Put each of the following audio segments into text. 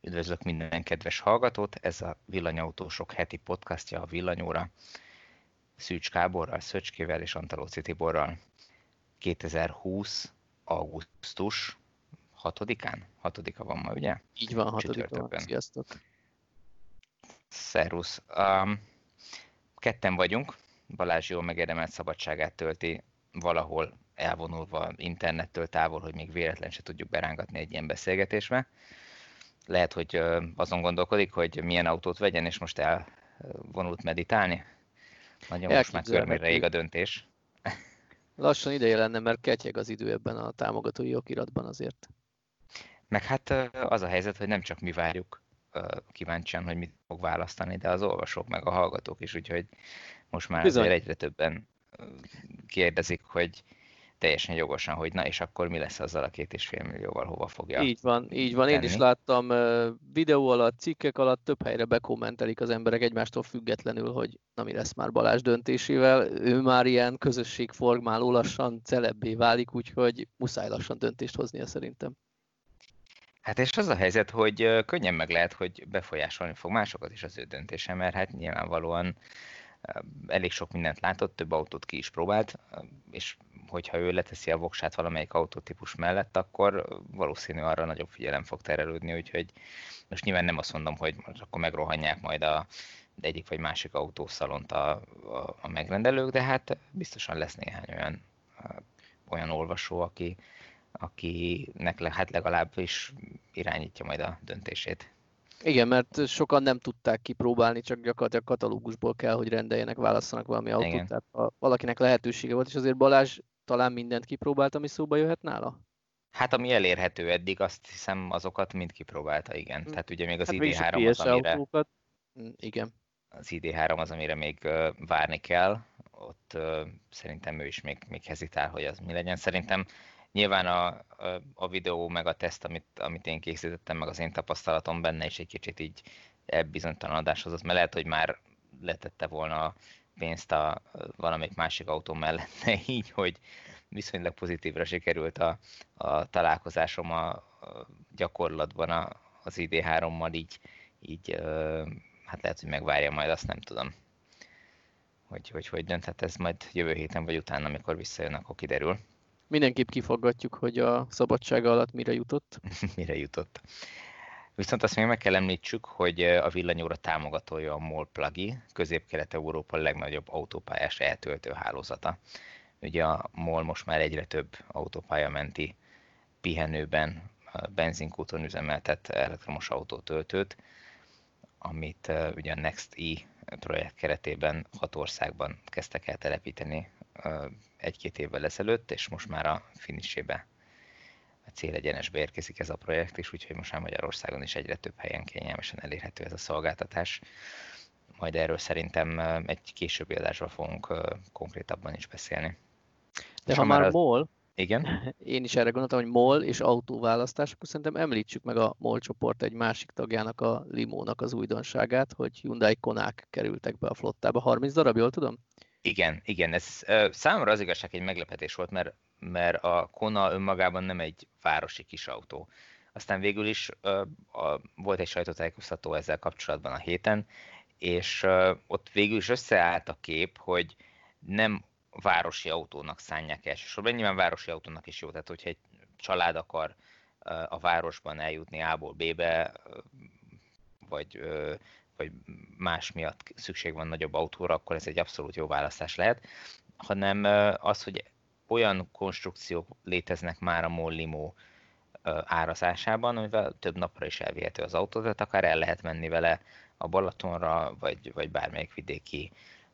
Üdvözlök minden kedves hallgatót, ez a Villanyautósok heti podcastja a Villanyóra. Szűcs Gáborral, Szöcskével és Antalóci Tiborral. 2020. augusztus 6-án? 6-a van ma, ugye? Így van, 6-a van. Csütörtökön. Sziasztok! Szervusz! Ketten vagyunk, Balázs jól megérdemelt szabadságát tölti valahol elvonulva internettől távol, hogy még véletlen se tudjuk berángatni egy ilyen beszélgetésbe. Lehet, hogy azon gondolkodik, hogy milyen autót vegyen, és most elvonult meditálni. Nagyon most már körmére ég a döntés. Lassan ideje lenne, mert ketyeg az idő ebben a támogatói okiratban azért. Meg hát az a helyzet, hogy nem csak mi várjuk kíváncsian, hogy mit fog választani, de az olvasók meg a hallgatók is, úgyhogy most már azért egyre többen kérdezik, hogy teljesen jogosan, hogy na és akkor mi lesz azzal a 2,5 millióval, hova fogja Így van. tenni. Én is láttam videó alatt, cikkek alatt, több helyre bekommentelik az emberek egymástól függetlenül, hogy na mi lesz már Balázs döntésével. Ő már ilyen közösségformáló lassan celebbé válik, úgyhogy muszáj lassan döntést hoznia szerintem. Hát és az a helyzet, hogy könnyen meg lehet, hogy befolyásolni fog másokat is az ő döntése, mert hát nyilvánvalóan elég sok mindent látott, több autót ki is próbált, és hogyha ő leteszi a voksát valamelyik autótípus mellett, akkor valószínű arra nagyobb figyelem fog terelődni, úgyhogy most nyilván nem azt mondom, hogy most akkor megrohanják majd a egyik vagy másik autószalont a megrendelők, de hát biztosan lesz néhány olyan olvasó, akinek hát legalábbis irányítja majd a döntését. Igen, mert sokan nem tudták kipróbálni, csak gyakorlatilag katalógusból kell, hogy rendeljenek, válasszanak valami autót. Igen. Tehát ha valakinek lehetősége volt, és azért Balázs talán mindent kipróbált, ami szóba jöhet nála? Hát ami elérhető eddig, azt hiszem azokat mind kipróbálta, igen. Tehát ugye még az hát ID3 az, amire... autókat. Igen. Az ID3 az, amire még várni kell. Ott szerintem ő is még hezitál, hogy az mi legyen. Szerintem nyilván a videó meg a teszt, amit én készítettem, meg az én tapasztalatom benne is egy kicsit így bizonytalanodás hozott, mert lehet, hogy már letette volna a pénzt a valamelyik másik autó mellette, így, hogy viszonylag pozitívra sikerült a találkozásom a gyakorlatban az ID3-mal, így hát lehet, hogy megvárja majd, azt nem tudom, hogy dönthet, ez majd jövő héten vagy utána, amikor visszajön, akkor kiderül. Mindenképp kifaggatjuk, hogy a szabadsága alatt mire jutott. Mire jutott. Viszont azt még meg kell említsük, hogy a Villanyóra támogatója a MOL Plug-i, Közép-Kelet-Európa legnagyobb autópályás eltöltő hálózata. Ugye a MOL most már egyre több autópályamenti pihenőben, benzinkúton üzemeltet elektromos autótöltőt, amit ugye a Next-E projekt keretében 6 országban kezdtek el telepíteni 1-2 évvel ezelőtt, és most már a finissébe, a célegyenesbe érkezik ez a projekt is, úgyhogy most már Magyarországon is egyre több helyen kényelmesen elérhető ez a szolgáltatás. Majd erről szerintem egy későbbi adásban fogunk konkrétabban is beszélni. De és ha már MOL, igen? Én is erre gondoltam, hogy MOL és autóválasztás, akkor szerintem említsük meg a MOL csoport egy másik tagjának, a Limónak az újdonságát, hogy Hyundai Konák kerültek be a flottába. 30 darab, jól tudom? Igen, ez számomra az igazság egy meglepetés volt, mert a Kona önmagában nem egy városi kis autó. Aztán végül is volt egy sajtótájékoztató ezzel kapcsolatban a héten, és ott végül is összeállt a kép, hogy nem városi autónak szánják elsősorban. Nyilván városi autónak is jó, tehát hogyha egy család akar a városban eljutni A-ból B-be, vagy más miatt szükség van nagyobb autóra, akkor ez egy abszolút jó választás lehet, hanem az, hogy olyan konstrukciók léteznek már a MOL Limo árazásában, amivel több napra is elvihető az autó, tehát akár el lehet menni vele a Balatonra, vagy bármelyik vidéki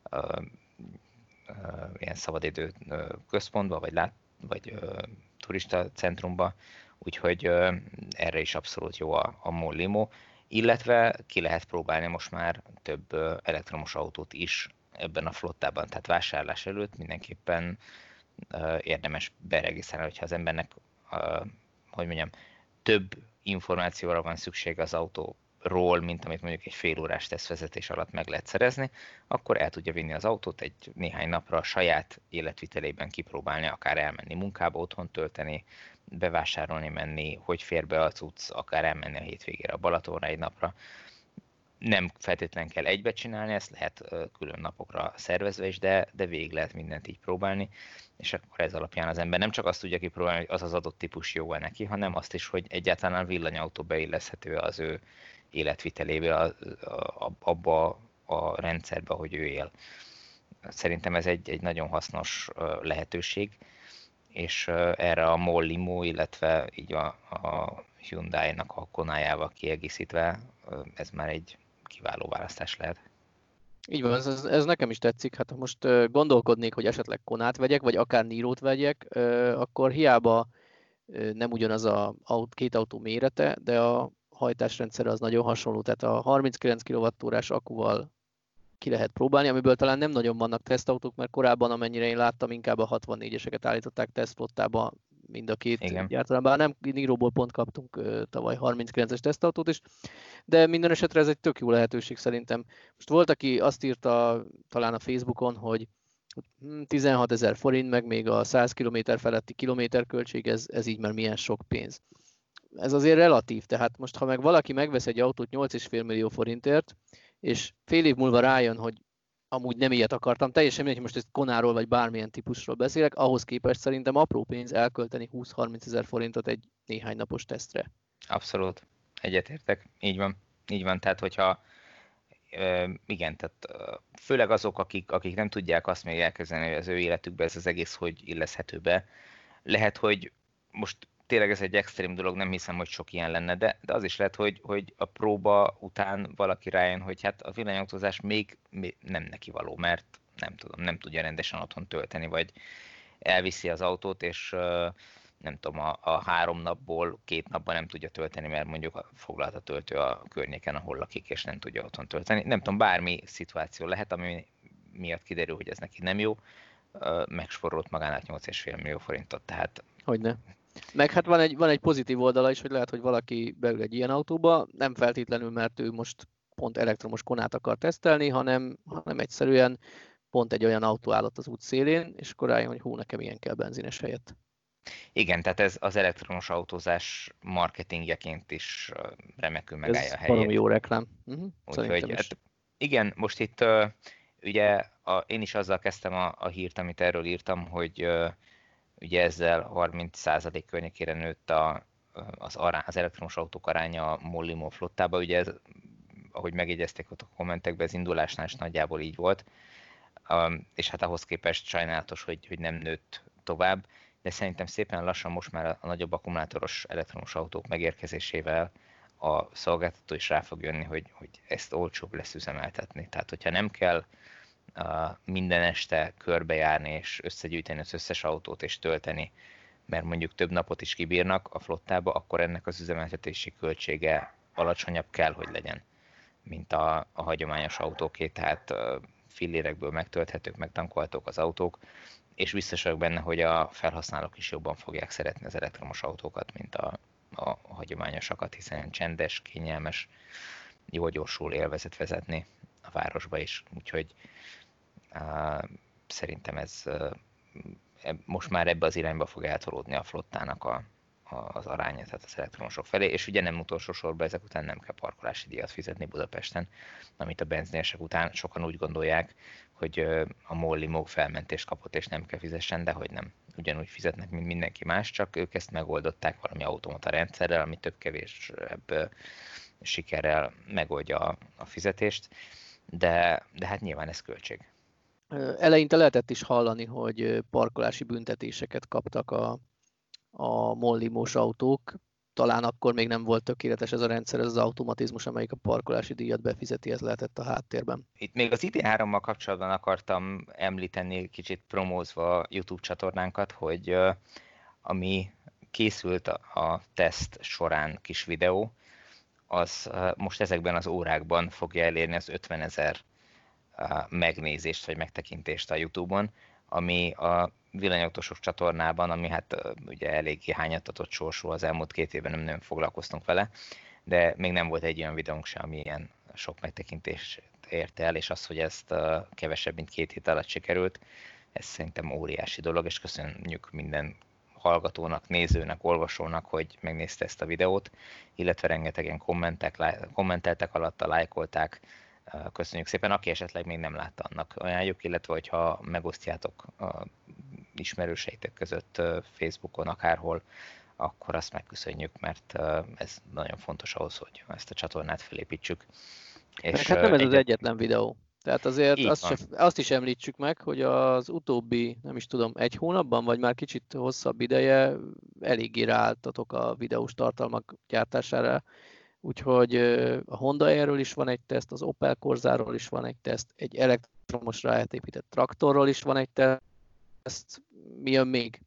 ilyen szabadidő központba, vagy turista centrumba, úgyhogy erre is abszolút jó a MOL Limo, illetve ki lehet próbálni most már több elektromos autót is ebben a flottában, tehát vásárlás előtt mindenképpen érdemes beregisztrálni, hogyha az embernek, hogy mondjam, több információra van szüksége az autó ról, mint amit mondjuk egy fél órás tesztvezetés alatt meg lehet szerezni, akkor el tudja vinni az autót egy néhány napra a saját életvitelében kipróbálni, akár elmenni munkába, otthon tölteni, bevásárolni, menni, hogy fér be a cucc, akár elmenni a hétvégére a Balatonra egy napra. Nem feltétlenül kell egybe csinálni, ezt lehet külön napokra szervezve is, de végig lehet mindent így próbálni, és akkor ez alapján az ember nem csak azt tudja kipróbálni, hogy az az adott típus jó neki, hanem azt is, hogy egyáltalán a villanyautó beilleszthető az ő életvitelébe, abba a rendszerbe, hogy ő él. Szerintem ez egy nagyon hasznos lehetőség, és erre a MOL Limo, illetve így a Hyundai-nak a Konájával kiegészítve ez már egy kiváló választás lehet. Így van, ez nekem is tetszik. Hát ha most gondolkodnék, hogy esetleg Konát vegyek, vagy akár Niro-t vegyek, akkor hiába nem ugyanaz a két autó mérete, de a hajtásrendszere az nagyon hasonló. Tehát a 39 kWh akkuval ki lehet próbálni, amiből talán nem nagyon vannak tesztautók, mert korábban, amennyire én láttam, inkább a 64-eseket állították tesztflottába mind a két gyártónál. Bár nem, Niroból pont kaptunk tavaly 39-es tesztautót is, de minden esetre ez egy tök jó lehetőség szerintem. Most volt, aki azt írta talán a Facebookon, hogy 16 000 forint, meg még a 100 km feletti kilométerköltség, ez így már milyen sok pénz. Ez azért relatív, tehát most ha meg valaki megvesz egy autót 8,5 millió forintért, és fél év múlva rájön, hogy amúgy nem ilyet akartam, teljesen mindegy, hogy most ezt Konáról vagy bármilyen típusról beszélek, ahhoz képest szerintem apró pénz elkölteni 20-30 000 forintot egy néhány napos tesztre. Abszolút, egyetértek, így van, tehát hogyha igen, tehát főleg azok, akik nem tudják azt még elkezdeni, hogy az ő életükbe ez az egész hogy illeszhető be. Lehet, hogy most tényleg ez egy extrém dolog, nem hiszem, hogy sok ilyen lenne, de az is lehet, hogy a próba után valaki rájön, hogy hát a villanyautózás még nem neki való, mert nem tudom, nem tudja rendesen otthon tölteni, vagy elviszi az autót, és nem tudom, a 3 napból 2 napban nem tudja tölteni, mert mondjuk foglalt a töltő a környéken, ahol lakik, és nem tudja otthon tölteni. Nem tudom, bármi szituáció lehet, ami miatt kiderül, hogy ez neki nem jó, megsporolt magának 8,5 millió forintot, tehát... Hogyne. Meg hát van egy pozitív oldala is, hogy lehet, hogy valaki beül egy ilyen autóba, nem feltétlenül, mert ő most pont elektromos Konát akar tesztelni, hanem egyszerűen pont egy olyan autó állott az út szélén, és akkor rájön, hogy nekem ilyen kell benzines helyett. Igen, tehát ez az elektromos autózás marketingjeként is remekül megállja a helyét. Ez valami jó reklám. Úgyhogy hát, igen, most itt ugye én is azzal kezdtem a hírt, amit erről írtam, hogy ugye ezzel 30% környékére nőtt az elektromos autók aránya a MOL Limo flottába. Ugye ez, ahogy megjegyezték ott a kommentekben, ez indulásnál is nagyjából így volt, és hát ahhoz képest sajnálatos, hogy nem nőtt tovább, de szerintem szépen lassan most már a nagyobb akkumulátoros elektromos autók megérkezésével a szolgáltató is rá fog jönni, hogy ezt olcsóbb lesz üzemeltetni. Tehát, hogyha nem kell minden este körbejárni és összegyűjteni az összes autót és tölteni, mert mondjuk több napot is kibírnak a flottába, akkor ennek az üzemeltetési költsége alacsonyabb kell, hogy legyen, mint a hagyományos autóké, tehát fillérekből megtölthetők, megtankolhatók az autók, és biztos vagyok benne, hogy a felhasználók is jobban fogják szeretni az elektromos autókat, mint a hagyományosakat, hiszen csendes, kényelmes, jól gyorsul élvezet vezetni a városba is. Úgyhogy szerintem ez most már ebbe az irányba fog eltolódni a flottának az aránya, tehát az elektromosok felé, és ugye nem utolsó sorban ezek után nem kell parkolási díjat fizetni Budapesten, amit a benzinesek után sokan úgy gondolják, hogy a MOL Limo felmentést kapott, és nem kell fizessen, de hogy nem. Ugyanúgy fizetnek, mint mindenki más, csak ők ezt megoldották valami automata rendszerrel, ami több-kevésbé sikerrel megoldja a fizetést, de hát nyilván ez költség. Eleinte lehetett is hallani, hogy parkolási büntetéseket kaptak a MOL Limós autók. Talán akkor még nem volt tökéletes ez a rendszer, ez az automatizmus, amelyik a parkolási díjat befizeti, ez lehetett a háttérben. Itt még az ID3-mal kapcsolatban akartam említeni, kicsit promózva a YouTube csatornánkat, hogy ami készült a teszt során kis videó, az most ezekben az órákban fogja elérni az 50 000 megnézést vagy megtekintést a YouTube-on, ami a villanyautósok csatornában, ami hát ugye eléggé hányattatott sorsú, az elmúlt 2 évben nem nagyon foglalkoztunk vele, de még nem volt egy olyan videónk sem, ami ilyen sok megtekintést ért el, és az, hogy ezt kevesebb, mint 2 hét alatt sikerült, ez szerintem óriási dolog, és köszönjük minden hallgatónak, nézőnek, olvasónak, hogy megnézte ezt a videót, illetve rengetegen kommenteltek alatta, lájkolták. Köszönjük szépen, aki esetleg még nem látta, annak ajánljuk, illetve hogyha megosztjátok ismerőseitek között Facebookon, akárhol, akkor azt megköszönjük, mert ez nagyon fontos ahhoz, hogy ezt a csatornát felépítsük. És hát nem ez az egyetlen videó. Tehát azért azt is említsük meg, hogy az utóbbi, nem is tudom, 1 hónapban, vagy már kicsit hosszabb ideje eléggé ráálltatok a videós tartalmak gyártására. Úgyhogy a Honda Air-ről is van egy teszt, az Opel Corsa-ról is van egy teszt, egy elektromosra átépített traktorról is van egy teszt. Mi jön még?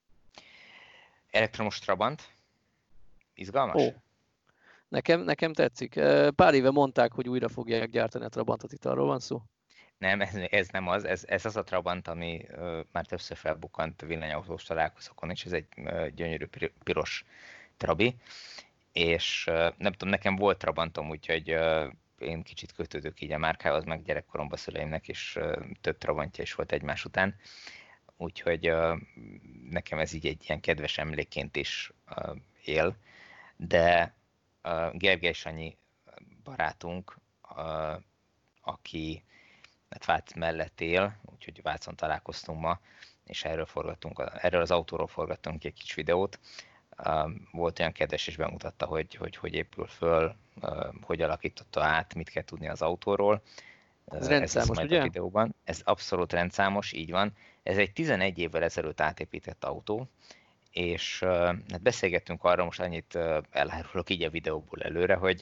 Elektromos Trabant. Izgalmas? Ó, nekem tetszik. Pár éve mondták, hogy újra fogják gyártani a Trabantot, itt arról van szó? Nem, ez nem az. Ez az a Trabant, ami már többször felbukkant villanyautós találkozókon is. Ez egy gyönyörű piros Trabi. És nem tudom, nekem volt Trabantom, úgyhogy én kicsit kötődök így a márkához, meg gyerekkoromban szüleimnek is több Trabantja is volt egymás után. Úgyhogy nekem ez így egy ilyen kedves emlékként is él. De Gergely Sanyi barátunk, aki Vác mellett él, úgyhogy Vácon találkoztunk ma, és erről az autóról forgattunk egy kis videót. Volt olyan kedves, és bemutatta, hogy épül föl, hogy alakította át, mit kell tudni az autóról. Ez rendszámos, ugye? A videóban. Ez abszolút rendszámos, így van. Ez egy 11 évvel ezelőtt átépített autó, és hát beszélgettünk arra, most annyit elárulok így a videóból előre, hogy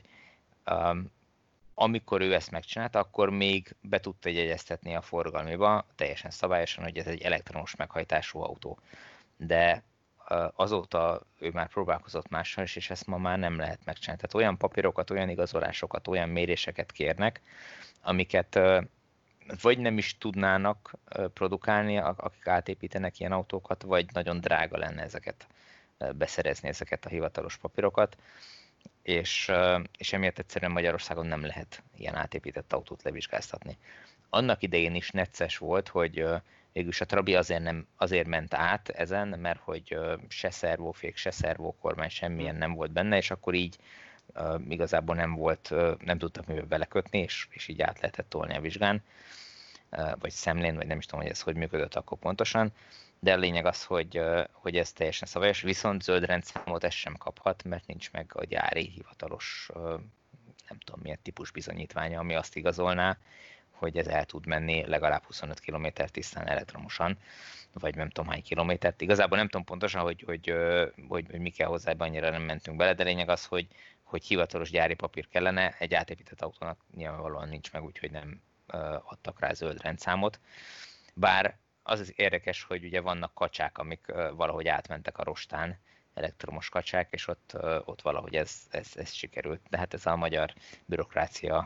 amikor ő ezt megcsinálta, akkor még be tudta jegyeztetni a forgalmiba, teljesen szabályosan, hogy ez egy elektromos meghajtású autó. De azóta ő már próbálkozott mással is, és ezt ma már nem lehet megcsinálni. Tehát olyan papírokat, olyan igazolásokat, olyan méréseket kérnek, amiket vagy nem is tudnának produkálni, akik átépítenek ilyen autókat, vagy nagyon drága lenne ezeket beszerezni, ezeket a hivatalos papírokat, és emiatt egyszerűen Magyarországon nem lehet ilyen átépített autót levizsgáztatni. Annak idején is necces volt, hogy végülis a Trabi azért ment át ezen, mert hogy se szervófék, se szervókormány, semmilyen nem volt benne, és akkor így igazából nem tudtak mivel belekötni, és így át lehetett tolni a vizsgán, vagy szemlén, vagy nem is tudom, hogy ez hogy működött akkor pontosan, de a lényeg az, hogy ez teljesen szabályos, viszont zöld rendszámot ez sem kaphat, mert nincs meg a gyári hivatalos, nem tudom milyen típus bizonyítványa, ami azt igazolná, hogy ez el tud menni legalább 25 km tisztán elektromosan, vagy nem tudom hány kilométert. Igazából nem tudom pontosan, hogy mi kell hozzá, ebben annyira nem mentünk bele, de lényeg az, hogy hivatalos gyári papír kellene, egy átépített autónak nyilvánvalóan nincs meg, úgyhogy nem adtak rá zöld rendszámot. Bár az érdekes, hogy ugye vannak kacsák, amik valahogy átmentek a rostán, elektromos kacsák, és ott valahogy ez sikerült. De hát ez a magyar bürokrácia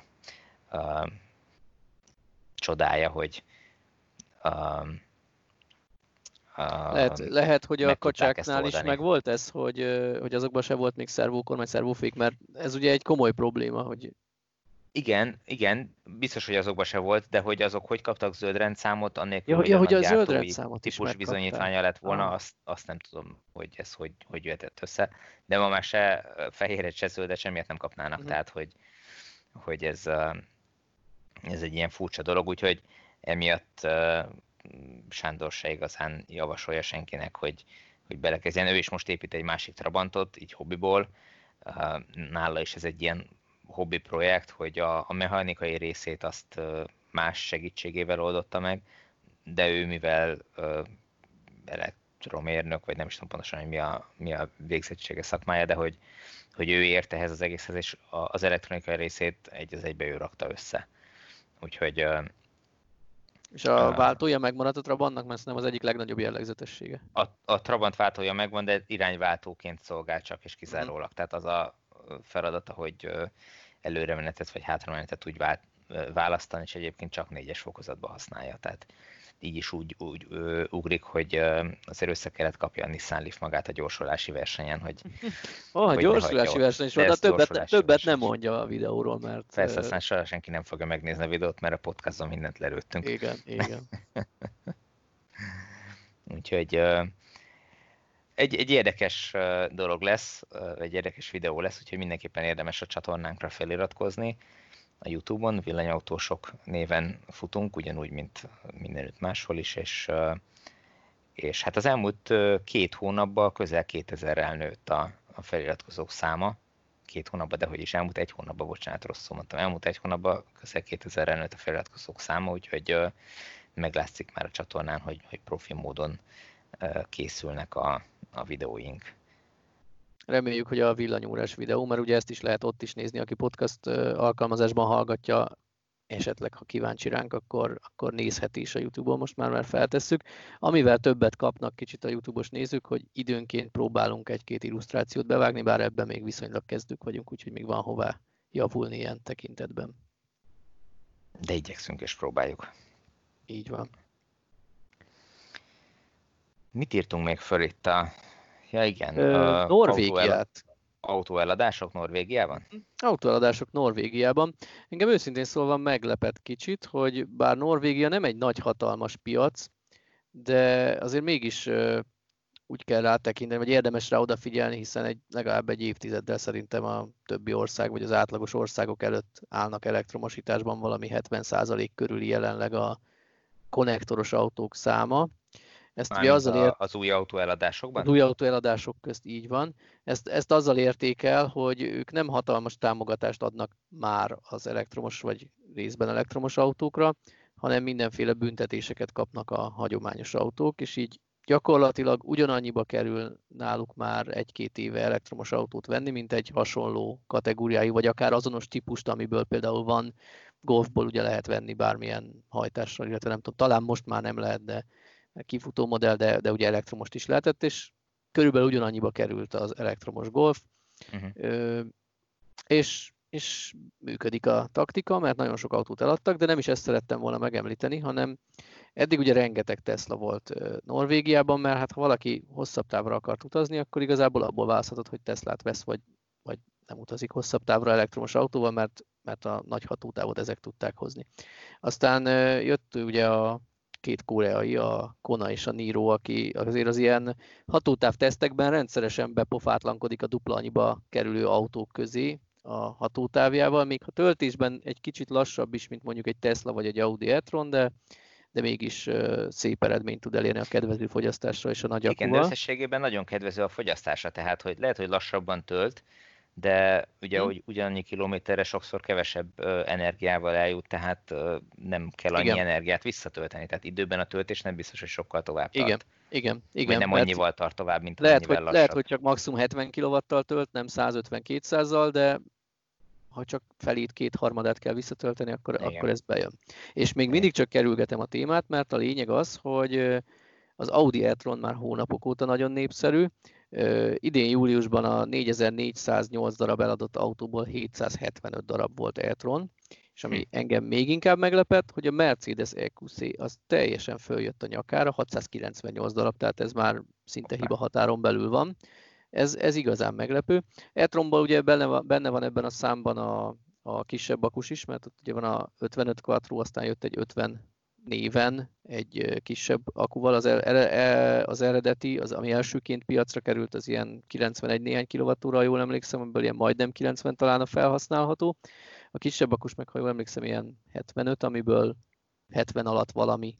csodája, hogy lehet, hogy a kacsáknál is megvolt ez, hogy azokban se volt még szervókormány, szervófék, mert ez ugye egy komoly probléma, hogy... Igen, biztos, hogy azokban se volt, de hogy azok hogy kaptak zöld rendszámot, annélkül, hogy a zöld rendszámot típus bizonyítványa lett volna, azt nem tudom, hogy ez hogy jöhetett össze. De ma már se fehéret, se zöldet semmiért nem kapnának, tehát hogy ez egy ilyen furcsa dolog, úgyhogy emiatt Sándor se igazán javasolja senkinek, hogy belekezdjen. Ő is most épít egy másik Trabantot, így hobbiból. Nála is ez egy ilyen hobbi projekt, hogy a mechanikai részét azt más segítségével oldotta meg, de ő mivel elektromérnök, vagy nem is tudom pontosan, hogy mi a végzettsége, szakmája, de hogy ő ért ehhez az egészhez, és az elektronikai részét egy az egybe ő rakta össze. Úgyhogy... És a váltója megmaradt a Trabantnak, mert nem az egyik legnagyobb jellegzetessége. A Trabant váltója megvan, de irányváltóként szolgál csak és kizárólag. Tehát az a feladata, hogy előremenetet vagy hátramenetet úgy választani, és egyébként csak 4-es fokozatban használja. Tehát így is úgy ugrik, hogy azért össze kellett kapja a Nissan Leaf magát a gyorsulási versenyen, hogy A gyorsulási verseny is van, de többet nem mondja a videóról, mert... Persze, aztán soha senki nem fogja megnézni a videót, mert a podcaston mindent lelőttünk. Igen. Úgyhogy egy érdekes dolog lesz, egy érdekes videó lesz, úgyhogy mindenképpen érdemes a csatornánkra feliratkozni. A YouTube-on Villanyautósok néven futunk, ugyanúgy, mint mindenütt máshol is, és hát az elmúlt 2 hónapban közel 2000-rel nőtt a feliratkozók száma. 2 hónapban, de hogy is elmúlt 1 hónapban, bocsánat, rosszul mondtam, elmúlt 1 hónapban közel 2000-rel nőtt a feliratkozók száma, úgyhogy meglátszik már a csatornán, hogy profi módon készülnek a videóink. Reméljük, hogy a villanyórás videó, mert ugye ezt is lehet ott is nézni, aki podcast alkalmazásban hallgatja, esetleg ha kíváncsi ránk, akkor nézheti is a YouTube-on, most már feltesszük. Amivel többet kapnak kicsit a YouTube-os nézők, hogy időnként próbálunk 1-2 illusztrációt bevágni, bár ebben még viszonylag kezdők vagyunk, úgyhogy még van hová javulni ilyen tekintetben. De igyekszünk és próbáljuk. Így van. Mit írtunk még föl itt Ja igen, Norvégiát. Autóeladások Norvégiában? Autóeladások Norvégiában. Engem őszintén szólva meglepett kicsit, hogy bár Norvégia nem egy nagy hatalmas piac, de azért mégis úgy kell rátekinteni, vagy érdemes rá odafigyelni, hiszen legalább egy évtizeddel szerintem a többi ország, vagy az átlagos országok előtt állnak elektromosításban, valami 70% körüli jelenleg a konnektoros autók száma. Ezt ugye az új autóeladásokban? Az új autóeladások közt így van. Ezt azzal érték el, hogy ők nem hatalmas támogatást adnak már az elektromos vagy részben elektromos autókra, hanem mindenféle büntetéseket kapnak a hagyományos autók, és így gyakorlatilag ugyanannyiba kerül náluk már 1-2 éve elektromos autót venni, mint egy hasonló kategóriájú, vagy akár azonos típust, amiből például van Golfból ugye lehet venni bármilyen hajtással, illetve nem tudom, talán most már nem lehet, de kifutó modell, de ugye elektromost is lehetett, és körülbelül ugyanannyiba került az elektromos Golf, és működik a taktika, mert nagyon sok autót eladtak, de nem is ezt szerettem volna megemlíteni, hanem eddig ugye rengeteg Tesla volt Norvégiában, mert hát ha valaki hosszabb távra akart utazni, akkor igazából abból választhatott, hogy Teslát vesz, vagy nem utazik hosszabb távra elektromos autóval, mert a nagy hatótávot ezek tudták hozni. Aztán jött ugye a 2 koreai, a Kona és a Niro, aki azért az ilyen hatótáv tesztekben rendszeresen bepofátlankodik a dupla annyiba kerülő autók közé a hatótávjával, még ha töltésben egy kicsit lassabb is, mint mondjuk egy Tesla vagy egy Audi e-tron, de mégis szép eredményt tud elérni a kedvező fogyasztásra és a nagy akuval. Igen, de összességében nagyon kedvező a fogyasztása, tehát hogy lehet, hogy lassabban tölt, de ugye hogy ugyannyi kilométerre sokszor kevesebb energiával eljut, tehát nem kell annyi energiát visszatölteni. Tehát időben a töltés nem biztos, hogy sokkal tovább tart. Igen. Vagy nem annyival tart tovább, mint amennyivel lassabb. Lehet, hogy csak maximum 70 kW-tal tölt, nem 150-200-zal, de ha csak felét 2/3-át kell visszatölteni, akkor ez bejön. És még mindig csak kerülgetem a témát, mert a lényeg az, hogy az Audi e-tron már hónapok óta nagyon népszerű. Idén júliusban a 4408 darab eladott autóból 775 darab volt e-tron, és ami engem még inkább meglepett, hogy a Mercedes EQC az teljesen följött a nyakára, 698 darab, tehát ez már szinte hiba határon belül van. Ez igazán meglepő. E-tronban ugye benne van ebben a számban a kisebb akus is, mert ott ugye van a 55 Quattro, aztán jött egy 50 néven egy kisebb akuval, az eredeti, ami elsőként piacra került, az ilyen 91 néhány kWh, jól emlékszem, amiből ilyen majdnem 90 talán a felhasználható. A kisebb akus meg, ha jól emlékszem, ilyen 75, amiből 70 alatt valami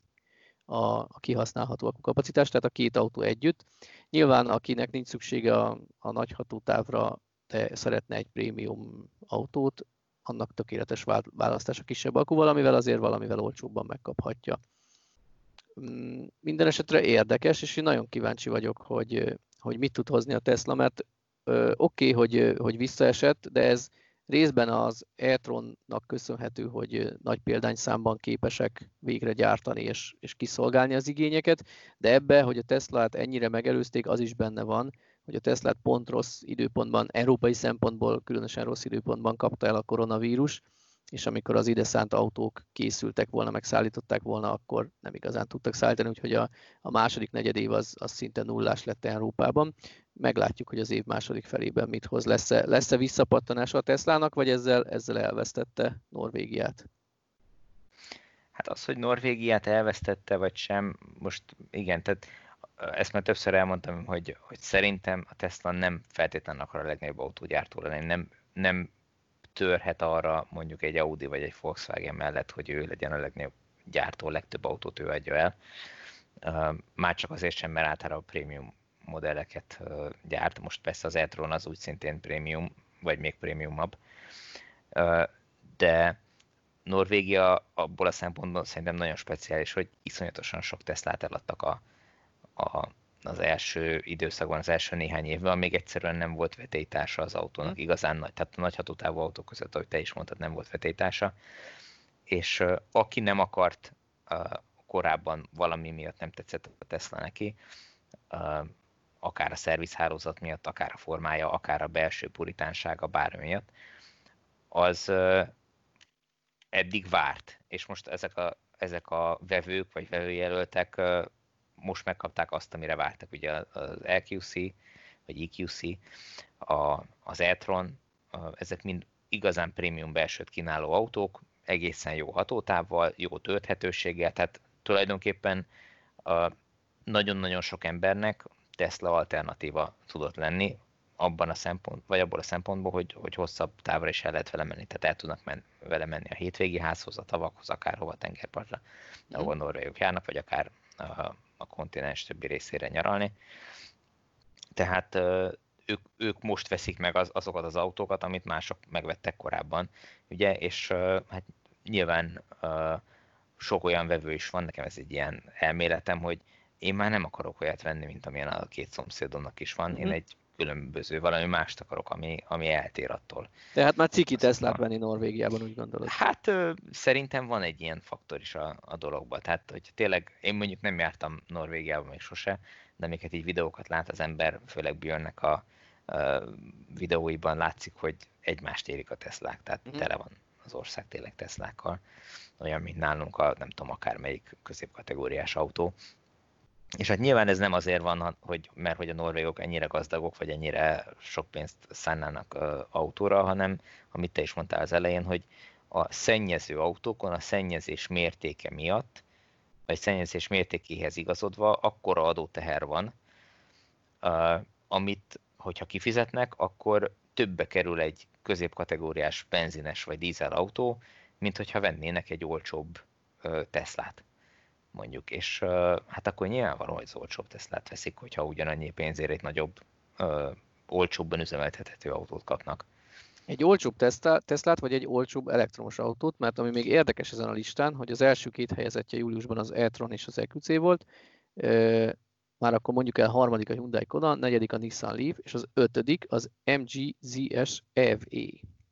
a kihasználható akukapacitás, tehát a 2 autó együtt. Nyilván, akinek nincs szüksége a nagy hatótávra, de szeretne egy prémium autót, annak tökéletes választás a kisebb akuval, amivel azért valamivel olcsóbban megkaphatja. Minden esetre érdekes, és én nagyon kíváncsi vagyok, hogy mit tud hozni a Tesla, mert oké, hogy visszaesett, de ez részben az e-tronnak köszönhető, hogy nagy példányszámban képesek végre gyártani és kiszolgálni az igényeket, de ebbe, hogy a Teslát ennyire megelőzték, az is benne van, hogy a Teslát pont rossz időpontban, európai szempontból különösen rossz időpontban kapta el a koronavírus, és amikor az ide szánt autók készültek volna, meg szállították volna, akkor nem igazán tudtak szállítani, úgyhogy a második negyedév az szinte nullás lett Európában. Meglátjuk, hogy az év második felében mit hoz. Lesz-e visszapattanása a Teslának, vagy ezzel elvesztette Norvégiát? Hát az, hogy Norvégiát elvesztette, vagy sem, most igen, tehát ezt már többször elmondtam, hogy szerintem a Tesla nem feltétlenül akar a legnagyobb autógyártó lenni, nem törhet arra mondjuk egy Audi vagy egy Volkswagen mellett, hogy ő legyen a legnagyobb gyártó, legtöbb autót ő adja el. Már csak azért sem, mert általában prémium modelleket gyárt. Most persze az e-tron az úgy szintén prémium, vagy még prémiumabb. De Norvégia abból a szempontból szerintem nagyon speciális, hogy iszonyatosan sok Teslát eladtak az első időszakban, az első néhány évben, még egyszerűen nem volt vetélytársa az autónak, igazán nagy, tehát a nagy hatótávú autók között, ahogy te is mondtad, nem volt vetélytársa, és aki nem akart korábban valami miatt nem tetszett a Tesla neki, akár a szervizhálózat miatt, akár a formája, akár a belső puritánsága, bármi miatt, az eddig várt, és most ezek a vevők vagy vevőjelöltek most megkapták azt, amire vártak. Ugye az EQC, vagy EQC, az e-tron, ezek mind igazán prémium belsőt kínáló autók, egészen jó hatótávval, jó tölthetőséggel, tehát tulajdonképpen nagyon-nagyon sok embernek Tesla alternatíva tudott lenni, abban abból a szempontból, hogy hosszabb távra is el lehet vele menni. Tehát el tudnak vele menni a hétvégi házhoz, a tavakhoz, akárhova tengerpartra, ahol norvégok járnak, vagy akár a kontinens többi részére nyaralni. Tehát ők most veszik meg azokat az autókat, amit mások megvettek korábban, ugye, és hát nyilván sok olyan vevő is van, nekem ez egy ilyen elméletem, hogy én már nem akarok olyat venni, mint amilyen a két szomszédomnak is van, én egy különböző, valami mást akarok, ami eltér attól. Tehát már ciki Teslát venni Norvégiában, úgy gondolod? Hát szerintem van egy ilyen faktor is a dologban. Tehát, hogy tényleg én mondjuk nem jártam Norvégiában még sose, de amiket így videókat lát az ember, főleg Björnnek a videóiban látszik, hogy egymást érik a Teslák, tehát tele van az ország tényleg Teslákkal, olyan, mint nálunk a nem tudom, akármelyik középkategóriás autó. És hát nyilván ez nem azért van, mert hogy a norvégok ennyire gazdagok, vagy ennyire sok pénzt szánnának autóra, hanem, amit te is mondtál az elején, hogy a szennyező autókon a szennyezés mértéke miatt, vagy szennyezés mértékéhez igazodva akkora adóteher van, amit, hogyha kifizetnek, akkor többe kerül egy középkategóriás benzines vagy dízel autó, mint hogyha vennének egy olcsóbb Teslát, mondjuk, és hát akkor nyilvánvaló, hogy az olcsóbb Teslát veszik, hogyha ugyanannyi pénzért egy nagyobb, olcsóbban üzemeltethető autót kapnak. Egy olcsóbb Teslát, vagy egy olcsóbb elektromos autót, mert ami még érdekes ezen a listán, hogy az első két helyezettje júliusban az e-tron és az EQC volt, már akkor mondjuk el harmadik a Hyundai Kona, negyedik a Nissan Leaf, és az ötödik az MG ZS EV-E.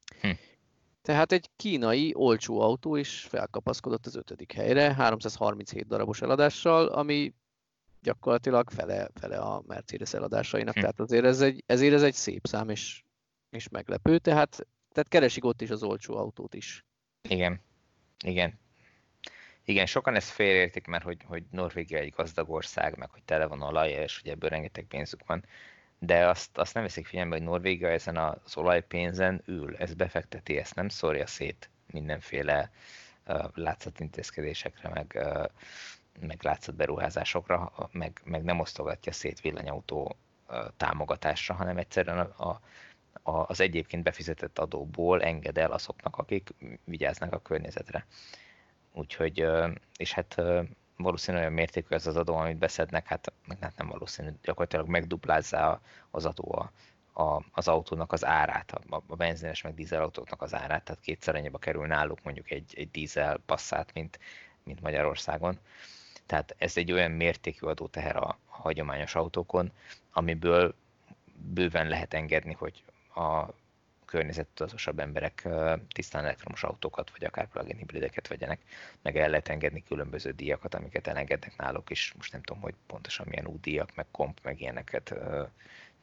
Tehát egy kínai olcsó autó is felkapaszkodott az ötödik helyre, 337 darabos eladással, ami gyakorlatilag fele a Mercedes eladásainak. Tehát azért ez egy szép szám, és meglepő, tehát keresik ott is az olcsó autót is. Igen, sokan ezt félreértik, mert hogy Norvégia egy gazdag ország, meg hogy tele van olajjal, és hogy ebből rengeteg pénzük van. De azt nem veszik figyelembe, hogy Norvégia ezen az olajpénzen ül, ezt befekteti, ezt nem szórja szét mindenféle látszatintézkedésekre, meg látszatberuházásokra, meg nem osztogatja szét villanyautó támogatásra, hanem egyszerűen az egyébként befizetett adóból enged el azoknak, akik vigyáznak a környezetre. Úgyhogy, és hát valószínűleg olyan mértékű ez az adó, amit beszednek, hát nem valószínű, gyakorlatilag megduplázza az adó az autónak az árát, a benzines meg dízelautóknak az árát, tehát kétszer annyiba kerül náluk mondjuk egy dízel Passat, mint Magyarországon. Tehát ez egy olyan mértékű adóteher a hagyományos autókon, amiből bőven lehet engedni, hogy a környezettudatosabb emberek tisztán elektromos autókat, vagy akár plug-in hibrideket vegyenek, meg el lehet engedni különböző díjakat, amiket elengednek náluk is. Most nem tudom, hogy pontosan milyen útdíjak, meg komp, meg ilyeneket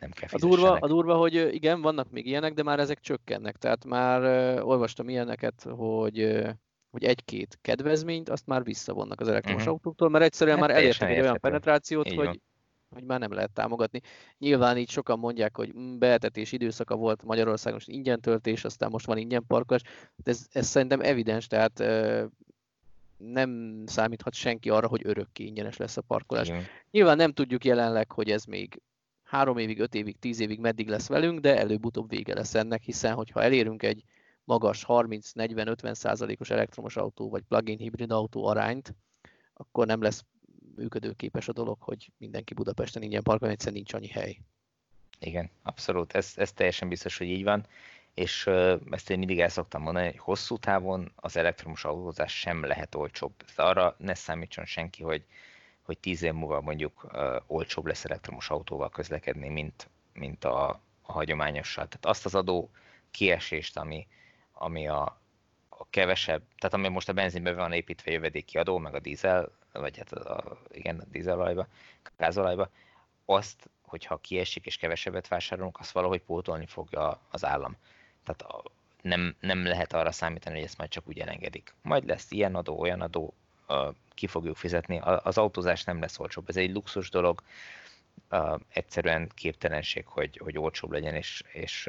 nem kell A fizessenek. durva, hogy igen, vannak még ilyenek, de már ezek csökkennek. Tehát már olvastam ilyeneket, hogy egy-két kedvezményt azt már visszavonnak az elektromos Uh-huh. autóktól, mert egyszerűen Hát már teljesen elértek egy olyan érthető. penetrációt, Így van. hogy már nem lehet támogatni. Nyilván így sokan mondják, hogy beetetés időszaka volt Magyarországon, most ingyen töltés, aztán most van ingyen parkolás. De ez szerintem evidens, tehát nem számíthat senki arra, hogy örökké ingyenes lesz a parkolás. Igen. Nyilván nem tudjuk jelenleg, hogy ez még 3 évig, 5 évig, 10 évig meddig lesz velünk, de előbb-utóbb vége lesz ennek, hiszen hogyha elérünk egy magas 30-40-50%-os elektromos autó vagy plug-in hibrid autó arányt, akkor nem lesz működőképes a dolog, hogy mindenki Budapesten ingyen parkolni, egyszerűen nincs annyi hely. Igen, abszolút. Ez teljesen biztos, hogy így van. És ezt én mindig el szoktam mondani, hogy hosszú távon az elektromos autózás sem lehet olcsóbb. Arra ne számítson senki, hogy 10 év múlva mondjuk olcsóbb lesz elektromos autóval közlekedni, mint a hagyományossal. Tehát azt az adó kiesést, ami a kevesebb, tehát ami most a benzinben van építve jövedéki adó, meg a dízel, vagy hát igen, a dízelolajba, gázolajba, azt, hogyha kiesik és kevesebbet vásárolunk, azt valahogy pótolni fogja az állam. Tehát nem lehet arra számítani, hogy ezt majd csak úgy elengedik. Majd lesz ilyen adó, olyan adó, ki fogjuk fizetni. Az autózás nem lesz olcsóbb. Ez egy luxus dolog, egyszerűen képtelenség, hogy olcsóbb legyen, és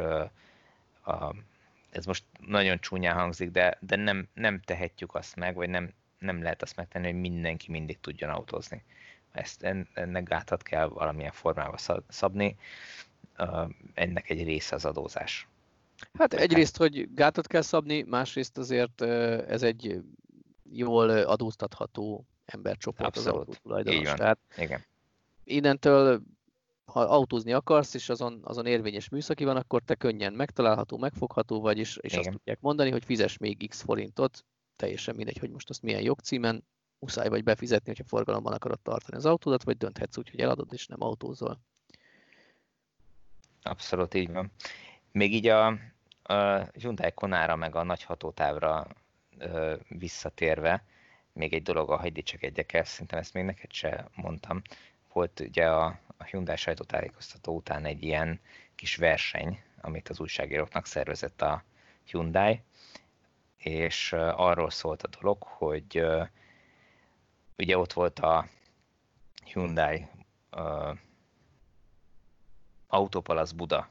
ez most nagyon csúnyán hangzik, de nem tehetjük azt meg, vagy nem lehet azt megtenni, hogy mindenki mindig tudjon autózni. Ennek gátat kell valamilyen formában szabni, ennek egy része az adózás. Hát egyrészt, hogy gátat kell szabni, másrészt azért ez egy jól adóztatható embercsoport az autótulajdonos. Tehát igen. innentől, ha autózni akarsz, és azon érvényes műszaki van, akkor te könnyen megtalálható, megfogható vagy, és azt tudják mondani, hogy fizess még x forintot, teljesen mindegy, hogy most azt milyen jogcímen, muszáj vagy befizetni, hogyha forgalomban akarod tartani az autódat, vagy dönthetsz úgy, hogy eladod, és nem autózol. Abszolút így van. Még így a Hyundai Konára meg a nagy hatótávra visszatérve, még egy dolog, hagyj dicsekedjek el, szerintem ezt még neked se mondtam. Volt ugye a Hyundai sajtótájékoztató után egy ilyen kis verseny, amit az újságíróknak szervezett a Hyundai, és arról szólt a dolog, hogy ugye ott volt a Hyundai Autopalasz Buda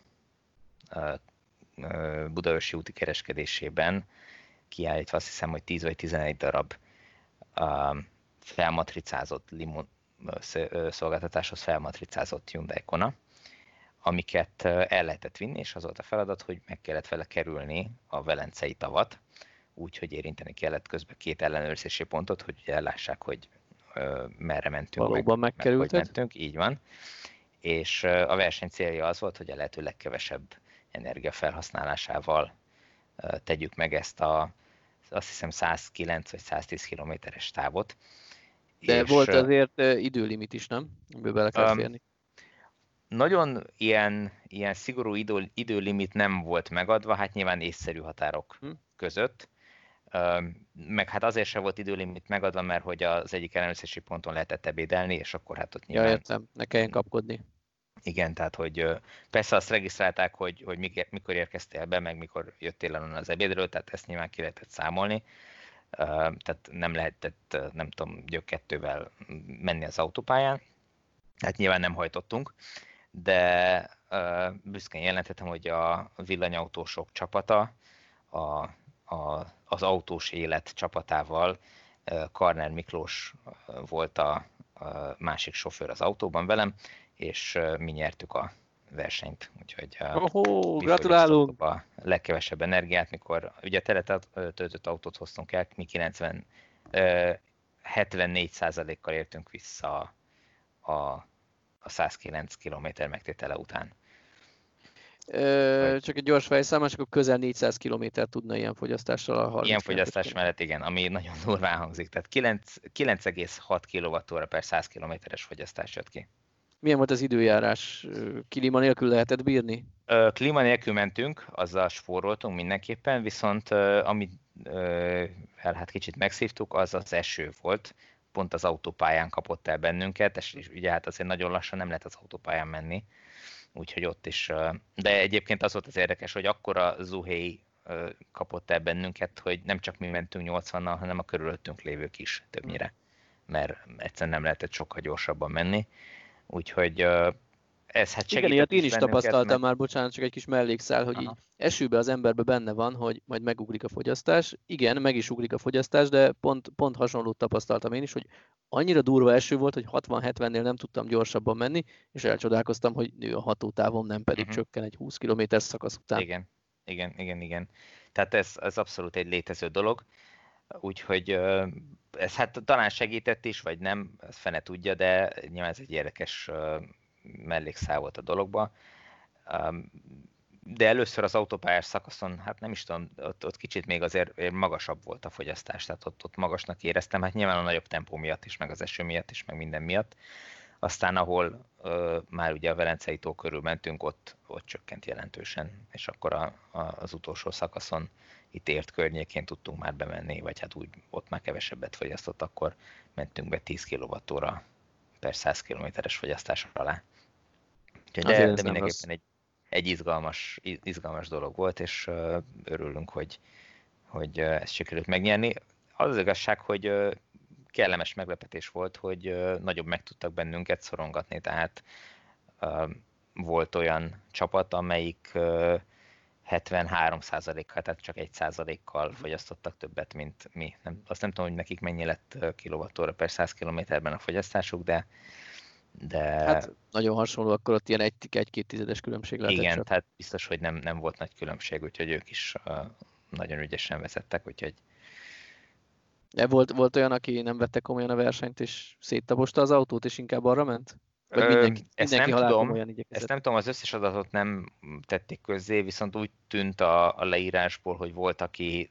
Budaörsi úti kereskedésében kiállítva, azt hiszem, hogy 10 vagy 11 darab felmatricázott szolgáltatáshoz felmatricázott Hyundai Kona, amiket el lehetett vinni, és az volt a feladat, hogy meg kellett vele kerülni a Velencei tavat, úgyhogy érinteni kellett közben 2 ellenőrzési pontot, hogy ellássák, hogy merre mentünk, valóban meg hogy mentünk, így van. És a verseny célja az volt, hogy a lehető legkevesebb energia felhasználásával tegyük meg ezt azt hiszem 109 vagy 110 kilométeres távot. De és volt azért időlimit is, nem? Amiből bele kell férni. Nagyon ilyen szigorú időlimit nem volt megadva, hát nyilván észszerű határok között. Meg hát azért sem volt időlimit megadva, mert hogy az egyik ellenőrzési ponton lehetett ebédelni, és akkor hát ott nyilván... Ja, értem, ne kelljen kapkodni. Igen, tehát hogy persze azt regisztrálták, hogy mikor érkeztél be, meg mikor jöttél el az ebédről, tehát ezt nyilván ki lehetett számolni. Tehát nem lehetett, nem tudom, gyökkettővel menni az autópályán. Tehát nyilván nem hajtottunk, de büszkén jelenthetem, hogy a villanyautósok csapata az autós élet csapatával, Karner Miklós volt a másik sofőr az autóban velem, és mi nyertük a versenyt, úgyhogy gratulálunk! A legkevesebb energiát, mikor ugye teletöltött autót hoztunk el, mi 74%-kal értünk vissza a 109 km megtétele után. Csak egy gyors fejszámolás, akkor közel 400 km tudna ilyen fogyasztással a 30 Ilyen fogyasztás mellett igen, ami nagyon durván hangzik. Tehát 9,6 kWh per 100 km-es fogyasztás jött ki. Milyen volt az időjárás? Klíma nélkül lehetett bírni? Klíma nélkül mentünk, azzal spóroltunk mindenképpen, viszont amit hát kicsit megszívtuk, az az eső volt. Pont az autópályán kapott el bennünket, és ugye hát azért nagyon lassan nem lehet az autópályán menni. úgyhogy ott is, de egyébként az volt az érdekes, hogy akkora zuhé kapott el bennünket, hogy nem csak mi mentünk 80-nal, hanem a körülöttünk lévők is többnyire, mert egyszerűen nem lehetett sokkal gyorsabban menni, úgyhogy ez hát Igen, segített ilyet én is is bennünket, tapasztaltam meg... már, bocsánat, csak egy kis mellékszál, hogy így Aha. esőbe az emberbe benne van, hogy majd megugrik a fogyasztás. Igen, meg is ugrik a fogyasztás, de pont hasonlót tapasztaltam én is, hogy annyira durva eső volt, hogy 60-70-nél nem tudtam gyorsabban menni, és elcsodálkoztam, hogy nő a hatótávom, nem pedig csökken egy 20 km szakasz után. Igen, igen. Tehát ez abszolút egy létező dolog, úgyhogy ez hát talán segített is, vagy nem, ez fene tudja, de nyilván ez egy érdekes mellékszál volt a dologba. De először az autópályás szakaszon, hát nem is tudom, ott kicsit még azért magasabb volt a fogyasztás, tehát ott magasnak éreztem, hát nyilván a nagyobb tempó miatt is, meg az eső miatt is, meg minden miatt. Aztán ahol már ugye a Velencei tó körül mentünk, ott csökkent jelentősen, és akkor az utolsó szakaszon, itt ért környékén tudtunk már bemenni, vagy hát úgy ott már kevesebbet fogyasztott, akkor mentünk be 10 kWh per 100 km-es fogyasztás alá. De mindenképpen egy izgalmas dolog volt, és örülünk, hogy ezt sikerült megnyerni. Az igazság, hogy kellemes meglepetés volt, hogy nagyobb meg tudtak bennünket szorongatni, tehát volt olyan csapat, amelyik 73%-kal, tehát csak 1%-kal fogyasztottak többet, mint mi. Azt nem tudom, hogy nekik mennyi lett kilowattóra per 100 kilométerben a fogyasztásuk, de Hát nagyon hasonló, akkor ott ilyen 1-2 tizedes különbség lehetett igen, csak. tehát biztos, hogy nem volt nagy különbség, úgyhogy ők is nagyon ügyesen vezettek, úgyhogy... De volt olyan, aki nem vette komolyan a versenyt, és széttaposta az autót, és inkább arra ment? Vagy mindenki halál komolyan igyekezett? Ezt nem tudom, az összes adatot nem tették közzé, viszont úgy tűnt a leírásból, hogy volt, aki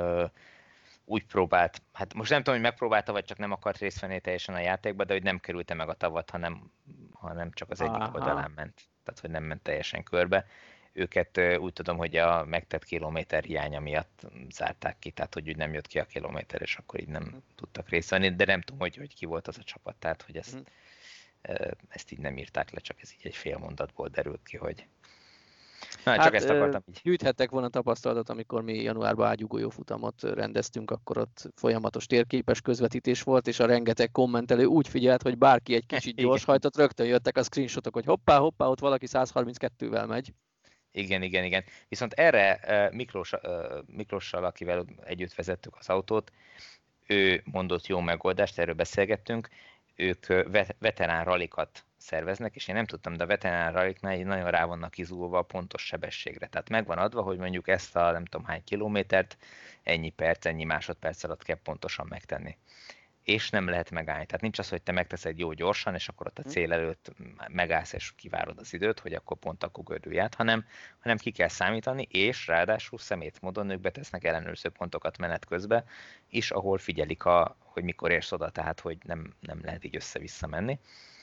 úgy próbált, hát most nem tudom, hogy megpróbálta, vagy csak nem akart részt venni teljesen a játékba, de hogy nem kerülte meg a tavat, hanem csak az egyik oldalán ment. Tehát, hogy nem ment teljesen körbe. Őket úgy tudom, hogy a megtett kilométer hiánya miatt zárták ki, tehát hogy úgy nem jött ki a kilométer, és akkor így nem tudtak részt venni, de nem tudom, hogy ki volt az a csapat, tehát hogy ezt így nem írták le, csak ez így egy fél mondatból derült ki, hogy... Na, hát csak ezt akartam így. Gyűjthettek volna tapasztalatot, amikor mi januárban ágyugójó futamot rendeztünk, akkor ott folyamatos térképes közvetítés volt, és a rengeteg kommentelő úgy figyelt, hogy bárki egy kicsit gyors hajtott, rögtön jöttek a screenshotok, hogy hoppá, ott valaki 132-vel megy. Igen. Viszont erre Miklóssal, akivel együtt vezettük az autót, ő mondott jó megoldást, erről beszélgettünk, ők veterán rallikat szerveznek, és én nem tudtam, de a veterán ralliknál nagyon rá vannak izulva a pontos sebességre. Tehát megvan adva, hogy mondjuk ezt a nem tudom hány kilométert, ennyi perc, ennyi másodperc alatt kell pontosan megtenni. És nem lehet megállni. Tehát nincs az, hogy te megteszed jó gyorsan, és akkor ott a cél előtt megállsz, és kivárod az időt, hogy akkor pont akkor gördülj át, hanem ki kell számítani, és ráadásul szemét módon ők betesznek ellenőrző pontokat menet közben is, ahol figyelik, hogy mikor érsz oda, tehát hogy nem lehet így össze-vissza menni.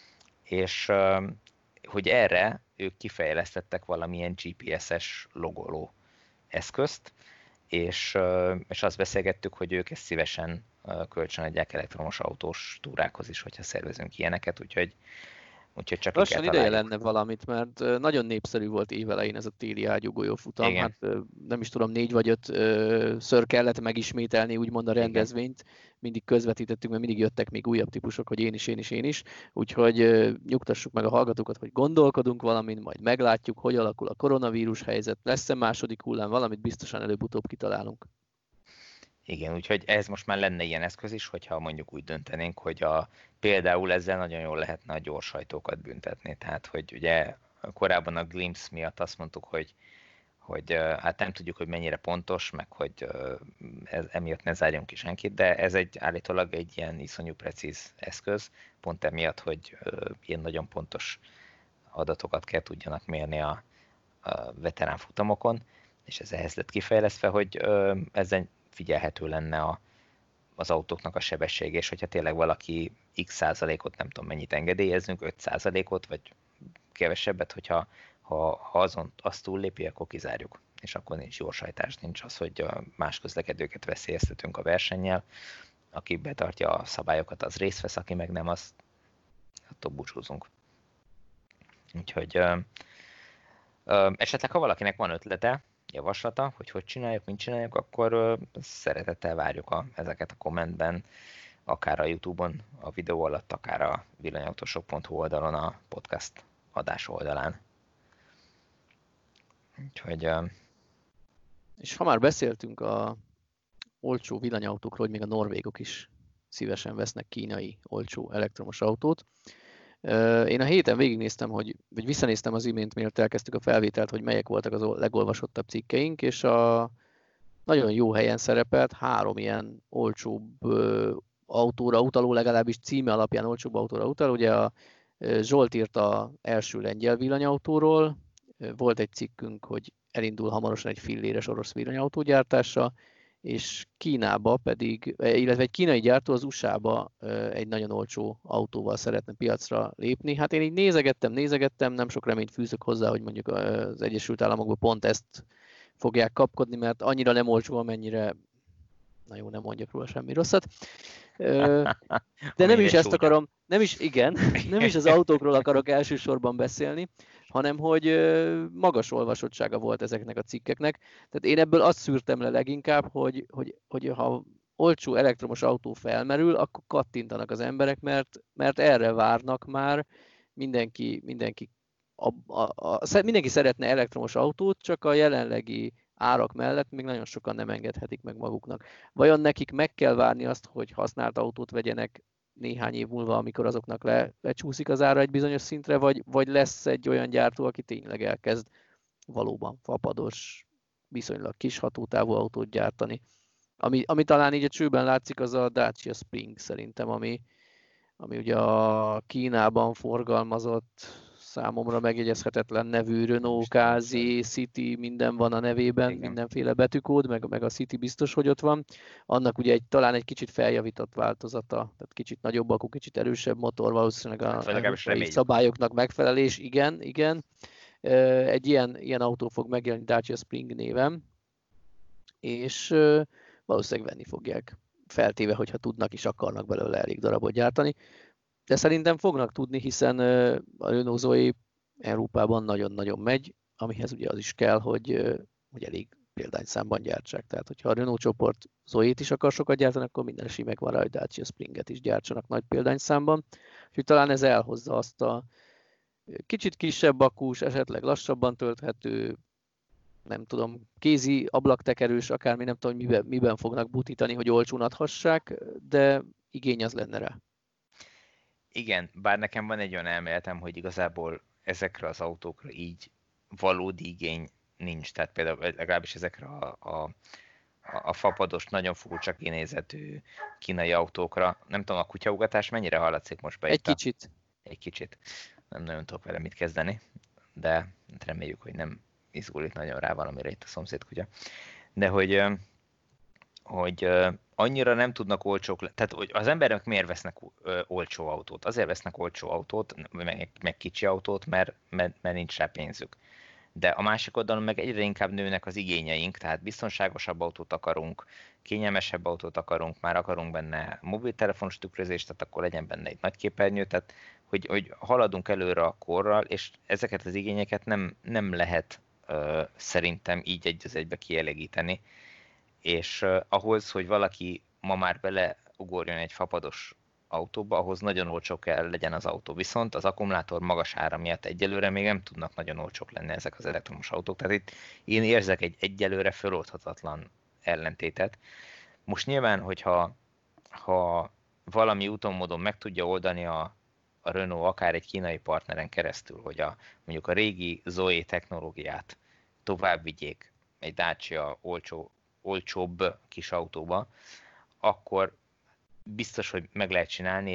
És hogy erre ők kifejlesztettek valamilyen GPS-es logoló eszközt, és azt beszélgettük, hogy ők ezt szívesen kölcsönadják elektromos autós túrákhoz is, hogyha szervezünk ilyeneket, úgyhogy csak lassan ideje lenne valamit, mert nagyon népszerű volt évelején ez a téli ágyúgolyó futam. Igen. Hát nem is tudom, 4 vagy 5 ször kellett megismételni úgymond a rendezvényt. Igen. Mindig közvetítettünk, mert mindig jöttek még újabb típusok, hogy én is. Úgyhogy nyugtassuk meg a hallgatókat, hogy gondolkodunk valamin, majd meglátjuk, hogy alakul a koronavírus helyzet, lesz-e második hullám, valamit biztosan előbb-utóbb kitalálunk. Igen, úgyhogy ez most már lenne ilyen eszköz is, hogyha mondjuk úgy döntenénk, hogy például ezzel nagyon jól lehetne a gyorshajtókat büntetni. Tehát, hogy ugye korábban a Glimpse miatt azt mondtuk, hogy hát nem tudjuk, hogy mennyire pontos, meg hogy emiatt ne zárjunk ki senkit, de ez állítólag egy ilyen iszonyú precíz eszköz, pont emiatt, hogy ilyen nagyon pontos adatokat kell tudjanak mérni a veterán futamokon, és ez ehhez lett kifejlesztve, hogy ezzel figyelhető lenne az autóknak a sebessége, és hogyha tényleg valaki x százalékot, nem tudom mennyit engedélyezünk, 5 százalékot, vagy kevesebbet, hogyha azon azt túllépi, akkor kizárjuk. És akkor nincs gyorshajtás, nincs az, hogy más közlekedőket veszélyeztetünk a versennyel. Aki betartja a szabályokat, az részt vesz, aki meg nem, az attól búcsúzunk. Úgyhogy Esetleg, ha valakinek van ötlete, javaslata, hogy csináljuk, mint csináljuk, akkor szeretettel várjuk ezeket a kommentben, akár a YouTube-on, a videó alatt, akár a villanyautósok.hu oldalon, a podcast adás oldalán. Úgyhogy... És ha már beszéltünk a olcsó villanyautókról, hogy még a norvégok is szívesen vesznek kínai olcsó elektromos autót. Én a héten végignéztem, vagy visszanéztem az imént, mielőtt elkezdtük a felvételt, hogy melyek voltak az legolvasottabb cikkeink, és nagyon jó helyen szerepelt 3 ilyen olcsóbb autóra utaló, legalábbis címe alapján olcsóbb autóra utal. Ugye a Zsolt írt az első lengyel villanyautóról, volt egy cikkünk, hogy elindul hamarosan egy filléres orosz villanyautógyártása, és Kínába pedig, illetve egy kínai gyártó az USA-ba egy nagyon olcsó autóval szeretne piacra lépni. Hát én így nézegettem, nem sok reményt fűzök hozzá, hogy mondjuk az Egyesült Államokban pont ezt fogják kapkodni, mert annyira nem olcsó, amennyire, na jó, nem mondjak róla semmi rosszat. De nem is ezt akarom, nem is az autókról akarok elsősorban beszélni, hanem hogy magas olvasottsága volt ezeknek a cikkeknek. Tehát én ebből azt szűrtem le leginkább, hogy ha olcsó elektromos autó felmerül, akkor kattintanak az emberek, mert erre várnak már. Mindenki szeretne elektromos autót, csak a jelenlegi árak mellett még nagyon sokan nem engedhetik meg maguknak. Vajon nekik meg kell várni azt, hogy használt autót vegyenek néhány év múlva, amikor azoknak lecsúszik az ára egy bizonyos szintre, vagy lesz egy olyan gyártó, aki tényleg elkezd valóban fapados, viszonylag kis hatótávú autót gyártani. Ami talán így a csőben látszik, az a Dacia Spring szerintem, ami ugye a Kínában forgalmazott, számomra megjegyezhetetlen nevű Renault, Kázi, City, minden van a nevében, igen. Mindenféle betűkód, meg a City biztos, hogy ott van. Annak ugye talán egy kicsit feljavított változata, tehát kicsit nagyobb akku, kicsit erősebb motor, valószínűleg a szabályoknak megfelelés, igen. Egy ilyen autó fog megjelenni Dacia Spring néven, és valószínűleg venni fogják, feltéve, hogyha tudnak és akarnak belőle elég darabot gyártani. De szerintem fognak tudni, hiszen a Renault Zoe Európában nagyon-nagyon megy, amihez ugye az is kell, hogy elég példányszámban gyártsák. Tehát, hogyha a Renault csoport Zoe-t is akar sokat gyártani, akkor minden esély megvan rá, hogy Dacia Springet is gyártsanak nagy példányszámban. Úgyhogy talán ez elhozza azt a kicsit kisebb akkus, esetleg lassabban tölthető, nem tudom, kézi ablaktekerős, akármi, nem tudom, hogy miben fognak butítani, hogy olcsón adhassák, de igény az lenne rá. Igen, bár nekem van egy olyan elméletem, hogy igazából ezekre az autókra így valódi igény nincs. Tehát például legalábbis ezekre a fapados, nagyon furcsa kinézetű kínai autókra. Nem tudom, a kutyaugatás mennyire hallatszik most be? Egy kicsit. Egy kicsit. Nem nagyon tudok vele mit kezdeni, de reméljük, hogy nem izgul itt nagyon rá valamire itt a szomszéd kutya. De hogy annyira nem tudnak olcsók, tehát hogy az emberek miért vesznek olcsó autót? Azért vesznek olcsó autót, meg kicsi autót, mert nincs rá pénzük. De a másik oldalon meg egyre inkább nőnek az igényeink, tehát biztonságosabb autót akarunk, kényelmesebb autót akarunk, már akarunk benne mobiltelefonos tükrözést, tehát akkor legyen benne egy nagy képernyő, tehát hogy haladunk előre a korral, és ezeket az igényeket nem lehet szerintem így egy az egybe kielégíteni. És ahhoz, hogy valaki ma már beleugorjon egy fapados autóba, ahhoz nagyon olcsó kell legyen az autó. Viszont az akkumulátor magas ára miatt egyelőre még nem tudnak nagyon olcsók lenni ezek az elektromos autók. Tehát itt én érzek egy egyelőre feloldhatatlan ellentétet. Most nyilván, hogyha valami úton módon meg tudja oldani a Renault akár egy kínai partneren keresztül, hogy mondjuk a régi Zoe technológiát tovább vigyék egy Dacia olcsóbb kis autóba, akkor biztos, hogy meg lehet csinálni,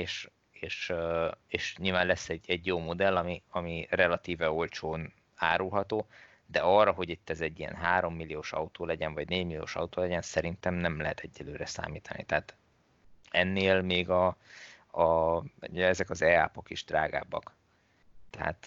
és nyilván lesz egy jó modell, ami relatíve olcsón árulható, de arra, hogy itt ez egy ilyen 3 milliós autó legyen, vagy 4 milliós autó legyen, szerintem nem lehet egyelőre számítani. Tehát ennél még ezek az e-appok is drágábbak. Tehát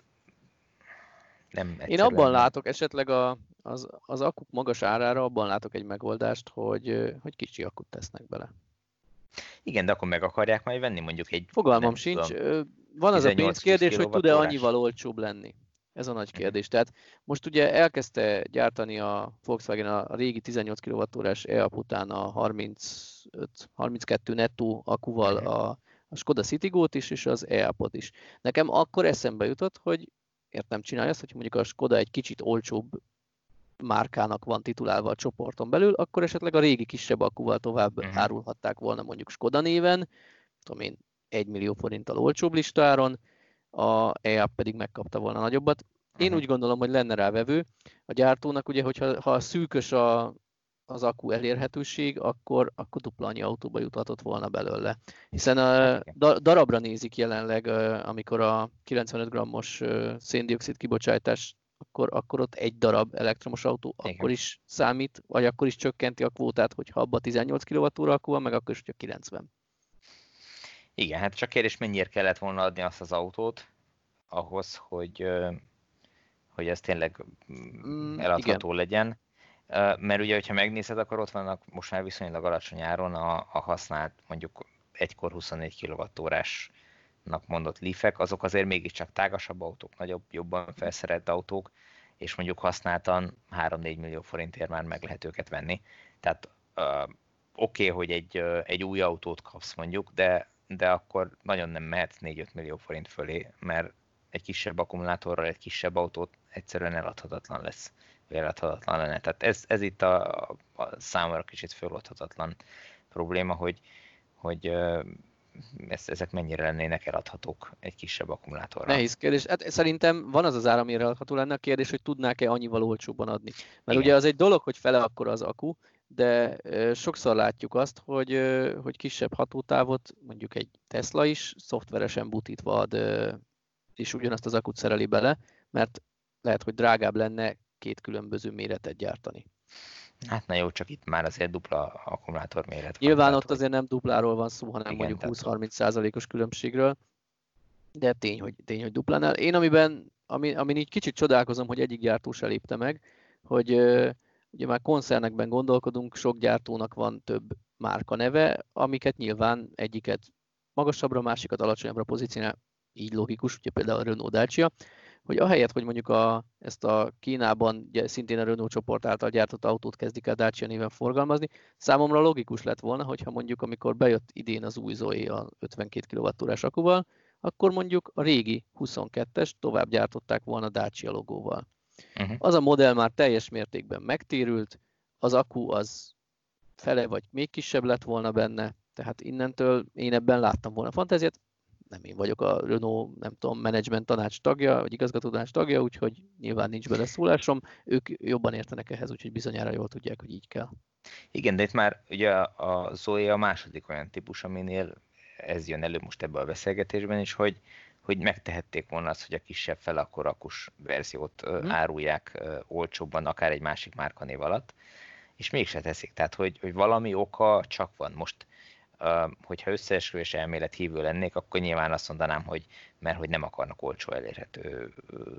nem én abban látok esetleg az akkuk magas árára, abban látok egy megoldást, hogy kicsi akkut tesznek bele. Igen, de akkor meg akarják majd venni mondjuk egy... Fogalmam sincs. Van az a pénzkérdés, hogy tud-e annyival olcsóbb lenni. Ez a nagy kérdés. Tehát most ugye elkezdte gyártani a Volkswagen a régi 18 kWh-s e-up után a 32 nettó akkuval a Skoda Citigo-t is, és az e-upot is. Nekem akkor eszembe jutott, hogy miért nem csinálja azt, hogy mondjuk a Skoda egy kicsit olcsóbb márkának van titulálva a csoporton belül, akkor esetleg a régi kisebb akkuval tovább árulhatták volna mondjuk Skoda néven, tudom én, 1 millió forinttal olcsóbb listáron, a e-up pedig megkapta volna nagyobbat. Én úgy gondolom, hogy lenne rá vevő. A gyártónak ugye, hogyha szűkös az akku elérhetőség, akkor dupla annyi autóba juthatott volna belőle. Hiszen darabra nézik jelenleg, amikor a 95 g-os széndioxid kibocsátás, akkor ott egy darab elektromos autó akkor is számít, vagy akkor is csökkenti a kvótát, hogyha abban 18 kWh akku van, meg akkor is, hogyha 90. Igen, hát csak kérdés, mennyire kellett volna adni azt az autót ahhoz, hogy ez tényleg eladható legyen. Mert ugye, hogyha megnézed, akkor ott vannak most már viszonylag alacsony áron a használt, mondjuk egykor 24 kWh-nak mondott Leafek, azok azért mégiscsak tágasabb autók, nagyobb, jobban felszerelt autók, és mondjuk használtan 3-4 millió forintért már meg lehet őket venni. Tehát oké, hogy egy új autót kapsz mondjuk, de akkor nagyon nem mehetsz 4-5 millió forint fölé, mert egy kisebb akkumulátorral egy kisebb autót egyszerűen eladhatatlan lesz, vagy eladhatatlan lenne. Tehát ez itt a számomra kicsit föloldhatatlan probléma, hogy ezek mennyire lennének eladhatók egy kisebb akkumulátorral. Nehéz kérdés. Hát szerintem van az ár, amire eladható lenne, a kérdés, hogy tudnák-e annyival olcsóbban adni. Mert ugye az egy dolog, hogy fele akkora az akku, de sokszor látjuk azt, hogy kisebb hatótávot, mondjuk egy Tesla is szoftveresen butítva ad, és ugyanazt az akut szereli bele, mert lehet, hogy drágább lenne két különböző méretet gyártani. Hát na jó, csak itt már azért dupla akkumulátor méret van. Nyilván ott azért nem dupláról van szó, hanem igen, mondjuk 20-30%-os különbségről, de tény, hogy duplánál. Én amin így kicsit csodálkozom, hogy egyik gyártó se lépte meg, hogy ugye már koncernekben gondolkodunk, sok gyártónak van több márka neve, amiket nyilván egyiket magasabbra, másikat alacsonyabbra pozícionál, így logikus, ugye például a Renault Dacia, hogy ahelyett, hogy mondjuk ezt a Kínában szintén a Renault csoport által gyártott autót kezdik el Dacia néven forgalmazni, számomra logikus lett volna, hogyha mondjuk amikor bejött idén az új Zoe a 52 kWh-s akkuval, akkor mondjuk a régi 22-es tovább gyártották volna Dacia logóval. Az a modell már teljes mértékben megtérült, az akku az fele vagy még kisebb lett volna benne, tehát innentől én ebben láttam volna fantáziát. Nem én vagyok a Renault, nem tudom, menedzsment tanács tagja, vagy igazgató tanács tagja, úgyhogy nyilván nincs beleszólásom. Ők jobban értenek ehhez, úgyhogy bizonyára jól tudják, hogy így kell. Igen, de itt már ugye a Zoe a második olyan típus, aminél ez jön elő most ebben a beszélgetésben is, hogy megtehették volna azt, hogy a kisebb fel akkor akkus verziót árulják olcsóbban, akár egy másik márkanév alatt, és mégse teszik. Tehát, hogy valami oka csak van. Most hogyha összeesküvés elmélet hívő lennék, akkor nyilván azt mondanám, hogy nem akarnak olcsó elérhető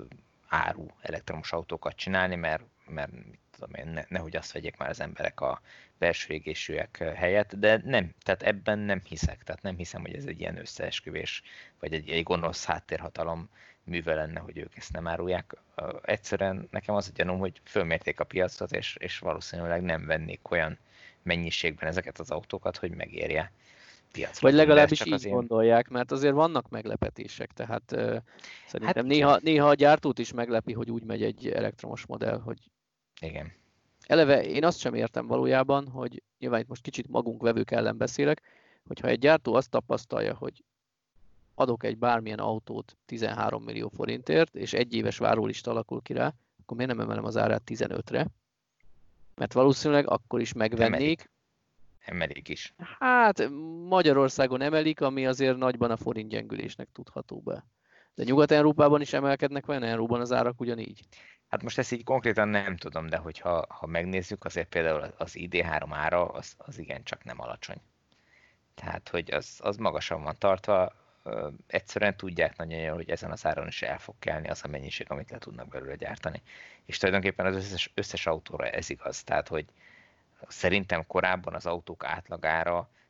áru elektromos autókat csinálni, mert mit tudom én, nehogy azt vegyék már az emberek a belső égésűek helyett, de nem, tehát ebben nem hiszek, tehát nem hiszem, hogy ez egy ilyen összeesküvés, vagy egy gonosz háttérhatalom műve lenne, hogy ők ezt nem árulják. Egyszerűen nekem az a gyanúm, hogy fölmérték a piacot, és valószínűleg nem vennék olyan mennyiségben ezeket az autókat, hogy megérje piacra. Vagy legalábbis így gondolják, mert azért vannak meglepetések, tehát szerintem néha a gyártót is meglepi, hogy úgy megy egy elektromos modell, hogy igen. Eleve én azt sem értem valójában, hogy nyilván itt most kicsit magunk vevők ellen beszélek, hogyha egy gyártó azt tapasztalja, hogy adok egy bármilyen autót 13 millió forintért, és egy éves várólista alakul ki rá, akkor miért nem emelem az árát 15-re? Mert valószínűleg akkor is megvennék. Emelik is. Hát Magyarországon emelik, ami azért nagyban a forint gyengülésnek tudható be. De Nyugat-Európában is emelkednek, vagy euróban az árak ugyanígy? Hát most ezt így konkrétan nem tudom, de hogyha megnézzük, azért például az ID3 ára az igencsak nem alacsony. Tehát, hogy az magasan van tartva, egyszerűen tudják nagyon jól, hogy ezen az áron is el fog kelni az a mennyiség, amit le tudnak belőle gyártani. És tulajdonképpen az összes autóra ez igaz. Tehát, hogy szerintem korábban az autók átlagára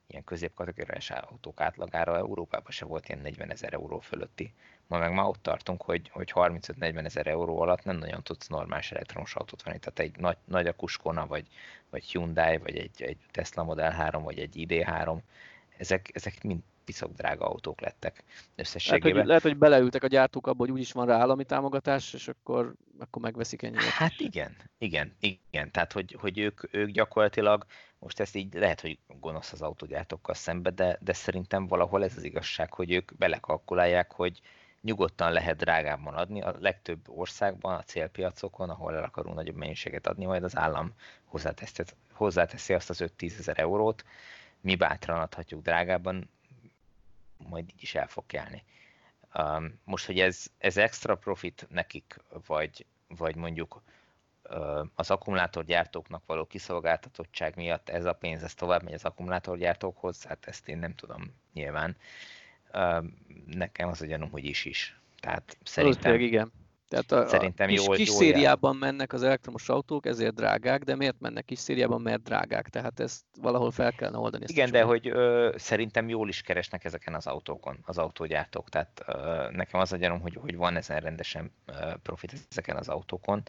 ilyen középkategóriás autók átlagára Európában se volt ilyen 40 000 euró fölötti. Ma meg már ott tartunk, hogy 35-40 000 euró alatt nem nagyon tudsz normális elektromos autót venni. Tehát egy nagy akus Kona, vagy Hyundai, vagy egy Tesla Model 3, vagy egy ID3, ezek mind piszok drága autók lettek összességében. Lehet, hogy beleültek a gyártók abba, hogy úgyis van rá állami támogatás, és akkor megveszik ennyiért. Hát igen. Tehát, hogy ők gyakorlatilag, most ezt így lehet, hogy gonosz az autógyártókkal szembe, de szerintem valahol ez az igazság, hogy ők belekalkulálják, hogy nyugodtan lehet drágábban adni. A legtöbb országban, a célpiacokon, ahol el akarunk nagyobb mennyiséget adni, majd az állam hozzáteszi azt az 5-10 ezer eurót, mi bátran adhatjuk drágában, majd így is el fog kelni. Most, hogy ez extra profit nekik, vagy mondjuk az akkumulátorgyártóknak való kiszolgáltatottság miatt ez a pénz, ez tovább megy az akkumulátorgyártókhoz, hát ezt én nem tudom nyilván. Nekem az a gyanúm, hogy is. Tehát szerintem, igen. Tehát szerintem kis jól szériában mennek az elektromos autók, ezért drágák, de miért mennek kis szériában, mert drágák? Tehát ezt valahol fel kellene oldani. Igen, de hogy szerintem jól is keresnek ezeken az autókon, az autógyártók. Tehát nekem az a gyanúm, hogy van ezen rendesen profit ezeken az autókon.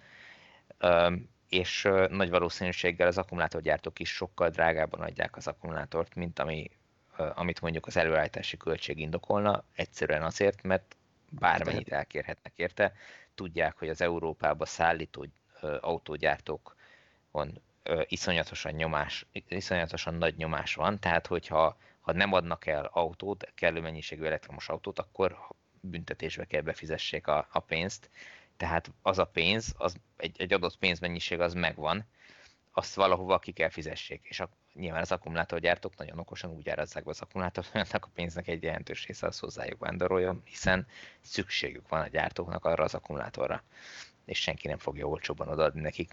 És nagy valószínűséggel az akkumulátorgyártók is sokkal drágábban adják az akkumulátort, mint amit mondjuk az előállítási költség indokolna, egyszerűen azért, mert bármennyit elkérhetnek érte. Tudják, hogy az Európába szállító autógyártókon iszonyatosan nagy nyomás van, tehát hogyha nem adnak el autót, kellő mennyiségű elektromos autót, akkor büntetésbe kell befizessék a pénzt. Tehát az a pénz, egy adott pénzmennyiség az megvan, azt valahova ki kell fizessék. És nyilván az akkumulátorgyártók nagyon okosan úgy árazzák be az akkumulátort, hogy annak a pénznek egy jelentős része az hozzájuk vándoroljon, hiszen szükségük van a gyártóknak arra az akkumulátorra. És senki nem fogja olcsóban odaadni nekik,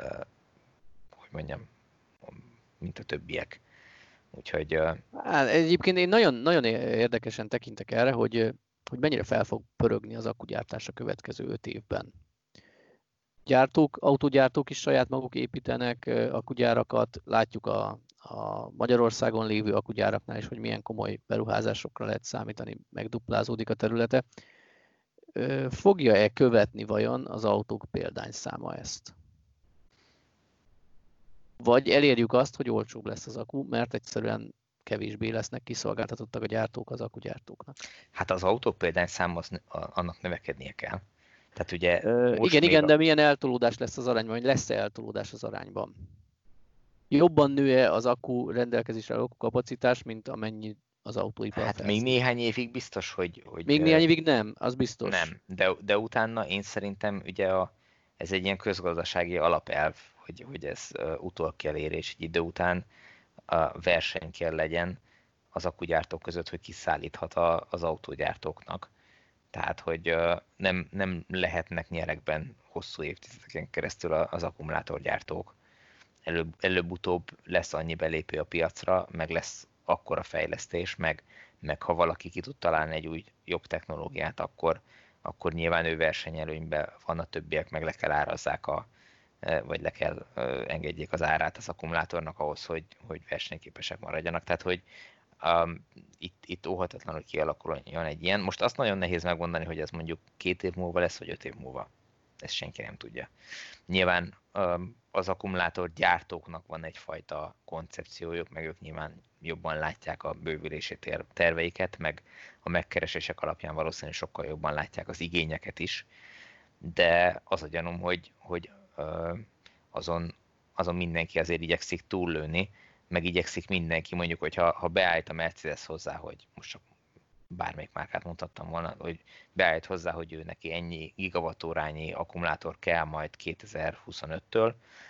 mint a többiek. Úgyhogy... Egyébként én nagyon érdekesen tekintek erre, hogy mennyire fel fog pörögni az akkugyártás a következő 5 évben. Autógyártók is saját maguk építenek akkugyárakat, látjuk a Magyarországon lévő akkugyáraknál is, hogy milyen komoly beruházásokra lehet számítani, megduplázódik a területe. Fogja-e követni vajon az autók példányszáma ezt? Vagy elérjük azt, hogy olcsóbb lesz az akku, mert egyszerűen kevésbé lesznek kiszolgáltatottak a gyártók az akkugyártóknak. Hát az autók példányszám annak növekednie kell. Tehát ugye igen, de milyen eltolódás lesz az arányban, vagy lesz-e eltolódás az arányban? Jobban nő-e az akku rendelkezésre álló kapacitás, mint amennyi az autóipar Hát még néhány évig biztos, hogy... Még néhány évig nem, az biztos. Nem, de utána én szerintem ugye ez egy ilyen közgazdasági alapelv, hogy ez utolkér ér, és egy idő után a verseny kell legyen az akkugyártók között, hogy kiszállíthat az autógyártóknak. Tehát, hogy nem lehetnek nyerekben hosszú évtizedeken keresztül az akkumulátorgyártók. Előbb-utóbb lesz annyi belépő a piacra, meg lesz akkora fejlesztés, meg ha valaki ki tud találni egy új, jobb technológiát, akkor nyilván ő versenyelőnyben van, a többiek meg le kell árazzák vagy le kell engedjék az árát az akkumulátornak ahhoz, hogy versenyképesek maradjanak. Tehát, hogy itt óhatatlan, hogy kialakuljon egy ilyen. Most azt nagyon nehéz megmondani, hogy ez mondjuk 2 év múlva lesz, vagy 5 év múlva. Ezt senki nem tudja. Nyilván az akkumulátorgyártóknak van egyfajta koncepciójuk, meg ők nyilván jobban látják a bővülési terveiket, meg a megkeresések alapján valószínűleg sokkal jobban látják az igényeket is, de az a gyanúm, hogy azon mindenki azért igyekszik túllőni, meg igyekszik mindenki, mondjuk, hogy ha beállít a Mercedes hozzá, hogy most csak bármelyik márkát mondhattam volna, hogy beállít hozzá, hogy ő neki ennyi gigawattórányi akkumulátor kell majd 2025-től,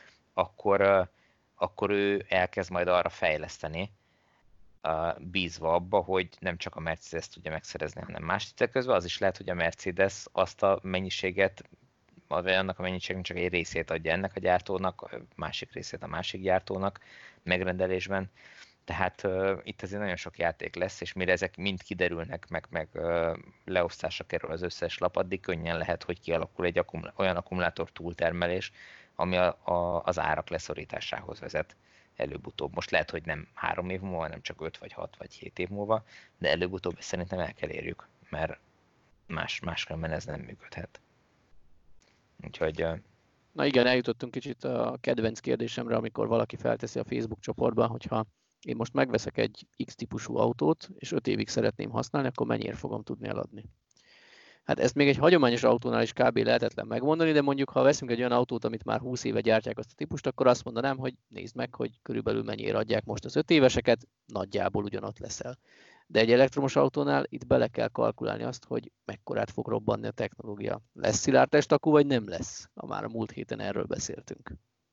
akkor ő elkezd majd arra fejleszteni, bízva abba, hogy nem csak a Mercedes tudja megszerezni, hanem más titek közben, az is lehet, hogy a Mercedes azt a mennyiséget, vagy annak a mennyiségnek csak egy részét adja ennek a gyártónak, másik részét a másik gyártónak megrendelésben. Tehát itt azért nagyon sok játék lesz, és mire ezek mind kiderülnek, meg leosztásra kerül az összes lap, addig könnyen lehet, hogy kialakul egy olyan akkumulátor túltermelés, ami az árak leszorításához vezet. előbb-utóbb. Most lehet, hogy nem 3 év múlva, hanem csak 5 vagy 6 vagy 7 év múlva, de előbb-utóbb szerintem el kell érjük, mert máskülönben ez nem működhet. Úgyhogy... Na igen, eljutottunk kicsit a kedvenc kérdésemre, amikor valaki felteszi a Facebook csoportban, hogyha én most megveszek egy X-típusú autót, és 5 évig szeretném használni, akkor mennyire fogom tudni eladni? Hát ezt még egy hagyományos autónál is kb. Lehetetlen megmondani, de mondjuk ha veszünk egy olyan autót, amit már 20 éve gyártják azt a típust, akkor azt mondanám, hogy nézd meg, hogy körülbelül mennyire adják most az 5 éveseket, nagyjából ugyanott leszel. De egy elektromos autónál itt bele kell kalkulálni azt, hogy mekkorát fog robbanni a technológia. Lesz szilárdtestakú, vagy nem lesz? Már a múlt héten erről beszéltünk.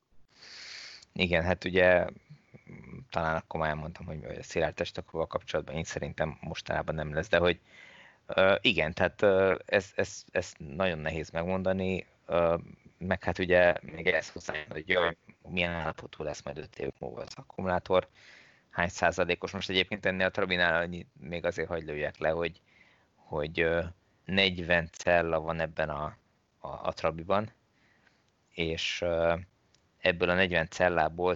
Igen, hát ugye talán akkor már elmondtam, hogy a szilárdtestakúval kapcsolatban én szerintem mostanában nem lesz, de hogy igen, tehát ez nagyon nehéz megmondani, meg hát ugye még ezt hozzá, hogy jaj, milyen állapotú lesz majd 5 év múlva az akkumulátor, hány százalékos. Most egyébként ennél a Trabinál még azért hagy lőjek le, hogy 40 cella van ebben a Trabiban, és ebből a 40 cellából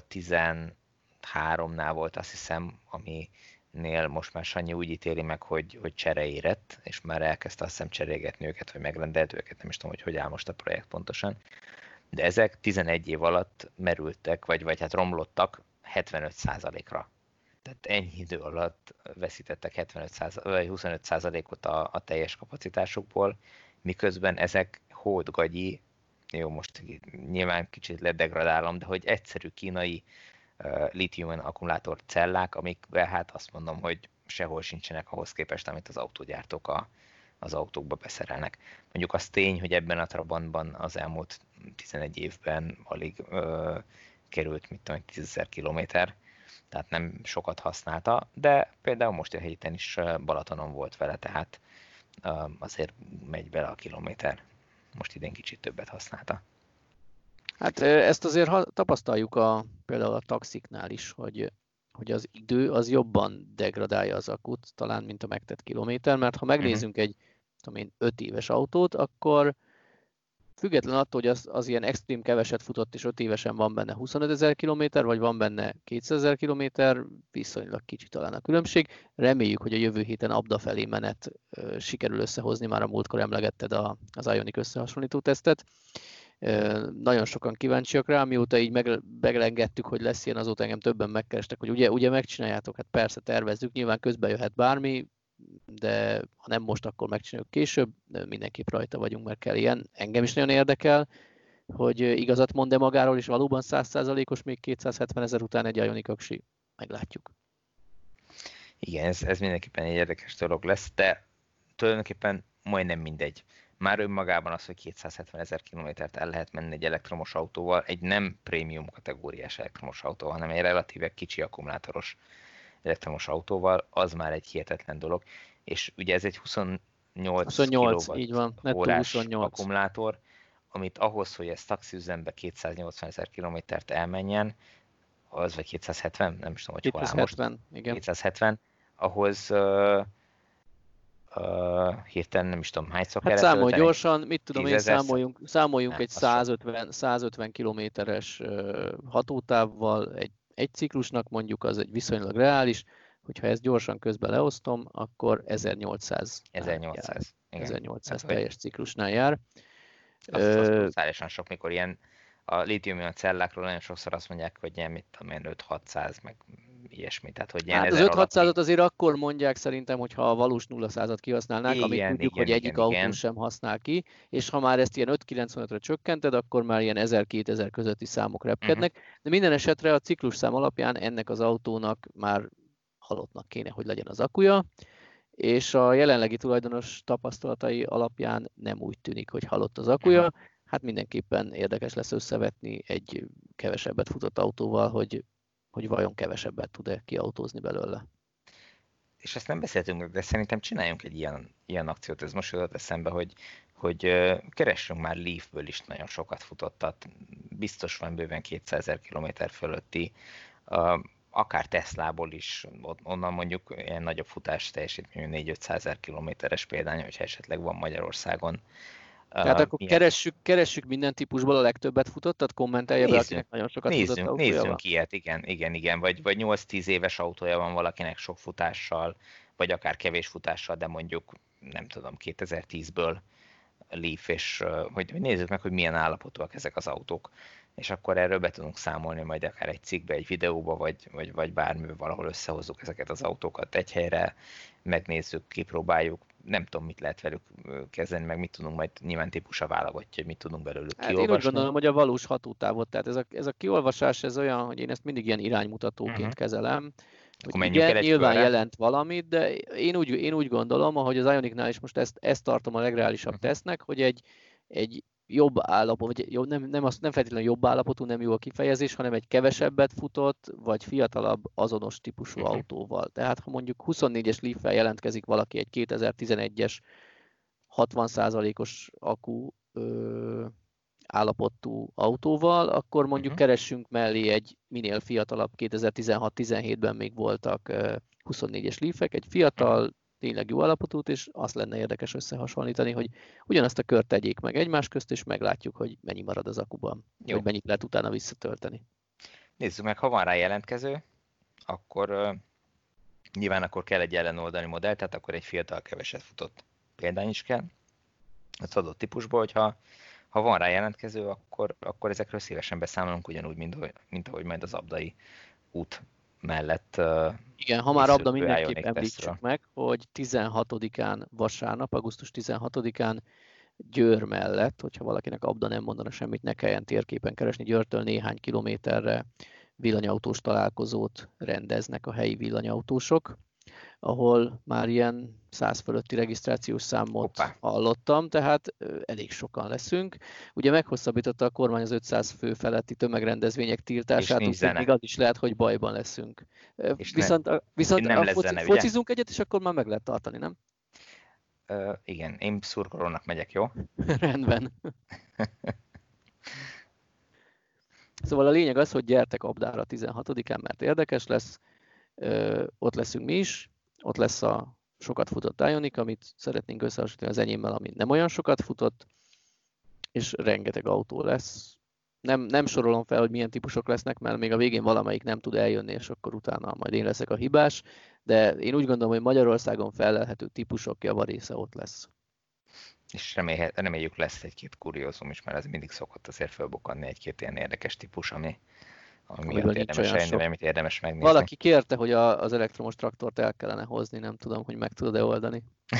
13-nál volt, azt hiszem, aminél most már Sanyi úgy ítéli meg, hogy csere érett, és már elkezdte azt hiszem cserélgetni őket, vagy megrendelt őket, nem is tudom, hogy áll most a projekt pontosan. De ezek 11 év alatt merültek, vagy hát romlottak 75%-ra. Tehát ennyi idő alatt veszítettek 25%-ot a teljes kapacitásukból, miközben ezek hódgagyi, jó, most nyilván kicsit ledegradálom, de hogy egyszerű kínai litium akkumulátor cellák, amikben hát azt mondom, hogy sehol sincsenek ahhoz képest, amit az autógyártók az autókba beszerelnek. Mondjuk az tény, hogy ebben a Trabantban az elmúlt 11 évben alig került, mit tudom, 10 000 kilométer, tehát nem sokat használta, de például most a héten is Balatonon volt vele, tehát azért megy bele a kilométer. Most idén kicsit többet használta. Hát ezt azért tapasztaljuk például a taxiknál is, hogy az idő az jobban degradálja az akut, talán mint a megtett kilométer, mert ha megnézzünk egy 5 éves autót, akkor független attól, hogy az ilyen extrém keveset futott, és 5 évesen van benne 25 000 kilométer, vagy van benne 200 000 kilométer, viszonylag kicsi talán a különbség. Reméljük, hogy a jövő héten abda felé menet sikerül összehozni, már a múltkor emlegetted az Ioniq összehasonlító tesztet. Nagyon sokan kíváncsiak rá, mióta így megengedtük, hogy lesz ilyen, azóta engem többen megkerestek, hogy ugye megcsináljátok, hát persze tervezzük, nyilván közben jöhet bármi, de ha nem most, akkor megcsináljuk később, de mindenképp rajta vagyunk, mert kell ilyen. Engem is nagyon érdekel, hogy igazat mond-e magáról, és valóban 100%-os még 270 000 után egy Ioniq aksi. Meglátjuk. Igen, ez mindenképpen egy érdekes dolog lesz, de tulajdonképpen majdnem mindegy. Már önmagában az, hogy 270 000 kilométert el lehet menni egy elektromos autóval, egy nem prémium kategóriás elektromos autóval, hanem egy relatíve kicsi akkumulátoros elektromos autóval, az már egy hihetetlen dolog. És ugye ez egy 28 így van, órás akkumulátor, amit ahhoz, hogy ez taxiüzembe 280 000 kilométert elmenjen, az vagy 270, nem is tudom, hogy hol áll most. Igen. 270, ahhoz hirtelen nem is tudom hányszor kellett számolj tölteni. Gyorsan, mit tudom én, számoljunk nem, egy 150 kilométeres hatótávval, egy ciklusnak mondjuk, az egy viszonylag reális, hogyha ezt gyorsan közben leosztom, akkor 1800. 1800, igen. 1800 hát, teljes ciklusnál jár. Az brutálisan sok, mikor ilyen a lítium-ion cellákról nagyon sokszor azt mondják, hogy ilyen, mit tudom én, 5-600, meg ilyesmi. Tehát, hogy ilyen hát az 5-600-at azért akkor mondják szerintem, hogyha a valós 0-100-at kihasználnák, igen, amit tudjuk, hogy egyik autó sem használ ki, és ha már ezt ilyen 5-95-re csökkented, akkor már ilyen 1000-2000 közötti számok repkednek, de minden esetre a ciklusszám alapján ennek az autónak már halottnak kéne, hogy legyen az akuja, és a jelenlegi tulajdonos tapasztalatai alapján nem úgy tűnik, hogy halott az akuja. Hát mindenképpen érdekes lesz összevetni egy kevesebbet futott autóval, hogy vajon kevesebbet tud-e kiautózni belőle. És ezt nem beszéltünk meg, de szerintem csináljunk egy ilyen akciót. Ez most jutott eszembe, hogy keressünk már Leafből is nagyon sokat futottat. Biztos van bőven 200 000 kilométer fölötti. Akár Teslából is, onnan mondjuk ilyen nagyobb futás teljesítményű 400-500 000 kilométeres példány, hogyha esetleg van Magyarországon. Tehát akkor keressük minden típusból a legtöbbet futott, tehát kommentelje be, akinek nagyon sokat futott autója van. Nézzünk ilyet, igen. Vagy 8-10 éves autója van valakinek sok futással, vagy akár kevés futással, de mondjuk, nem tudom, 2010-ből Leaf, és hogy nézzük meg, hogy milyen állapotúak ezek az autók. És akkor erről be tudunk számolni majd akár egy cikkbe, egy videóba, vagy bármi, valahol összehozzuk ezeket az autókat egy helyre, megnézzük, kipróbáljuk, nem tudom, mit lehet velük kezdeni, meg mit tudunk majd, nyilván típusa válogatja, hogy mit tudunk belőlük kiolvasni. Én úgy gondolom, hogy a valós hatótávot, tehát ez a kiolvasás, ez olyan, hogy én ezt mindig ilyen iránymutatóként kezelem, hogy igen, nyilván jelent valamit, de én úgy gondolom, ahogy az Ionicnál is most ezt tartom a legreálisabb tesznek, hogy egy jobb állapot, vagy jobb, nem feltétlenül jobb állapotú, nem jó a kifejezés, hanem egy kevesebbet futott, vagy fiatalabb azonos típusú autóval. Tehát ha mondjuk 24-es Leaf-fel jelentkezik valaki egy 2011-es 60%-os akku állapotú autóval, akkor mondjuk keressünk mellé egy minél fiatalabb, 2016-17-ben még voltak 24-es Leaf-ek, egy fiatal, tényleg jó állapotút, és azt lenne érdekes összehasonlítani, hogy ugyanazt a kört tegyék meg egymás közt, és meglátjuk, hogy mennyi marad az akuban, vagy mennyit lehet utána visszatölteni. Nézzük meg, ha van rá jelentkező, akkor nyilván akkor kell egy ellenoldali modell, tehát akkor egy fiatal keveset futott példány is kell az adott típusból, hogyha van rá jelentkező, akkor ezekről szívesen beszámolunk, ugyanúgy, mint ahogy majd az abdai út mellett. Igen, ha már abda, mindenképp említsük meg, hogy 16-án vasárnap, augusztus 16-án Győr mellett, hogyha valakinek abda nem mondana semmit, ne kelljen térképen keresni, Győrtől néhány kilométerre villanyautós találkozót rendeznek a helyi villanyautósok, ahol már ilyen 100 fölötti regisztrációs számot hallottam, tehát elég sokan leszünk. Ugye meghosszabbította a kormány az 500 fő feletti tömegrendezvények tiltását, úgyhogy még az is lehet, hogy bajban leszünk. Viszont focizunk egyet, és akkor már meg lehet tartani, nem? Igen, én szurkolónak megyek, jó? Rendben. Szóval a lényeg az, hogy gyertek abdára 16-án, mert érdekes lesz. Ott leszünk mi is, ott lesz a sokat futott Ioniq, amit szeretnénk összehasonlítani az enyémmel, ami nem olyan sokat futott, és rengeteg autó lesz. Nem sorolom fel, hogy milyen típusok lesznek, mert még a végén valamelyik nem tud eljönni, és akkor utána majd én leszek a hibás, de én úgy gondolom, hogy Magyarországon fellelhető típusok javarésze ott lesz. És reméljük lesz egy-két kuriózum is, mert ez mindig szokott azért fölbukkanni egy-két ilyen érdekes típus, ami érdemes megnézni. Valaki kérte, hogy az elektromos traktort el kellene hozni, nem tudom, hogy meg tudod-e oldani.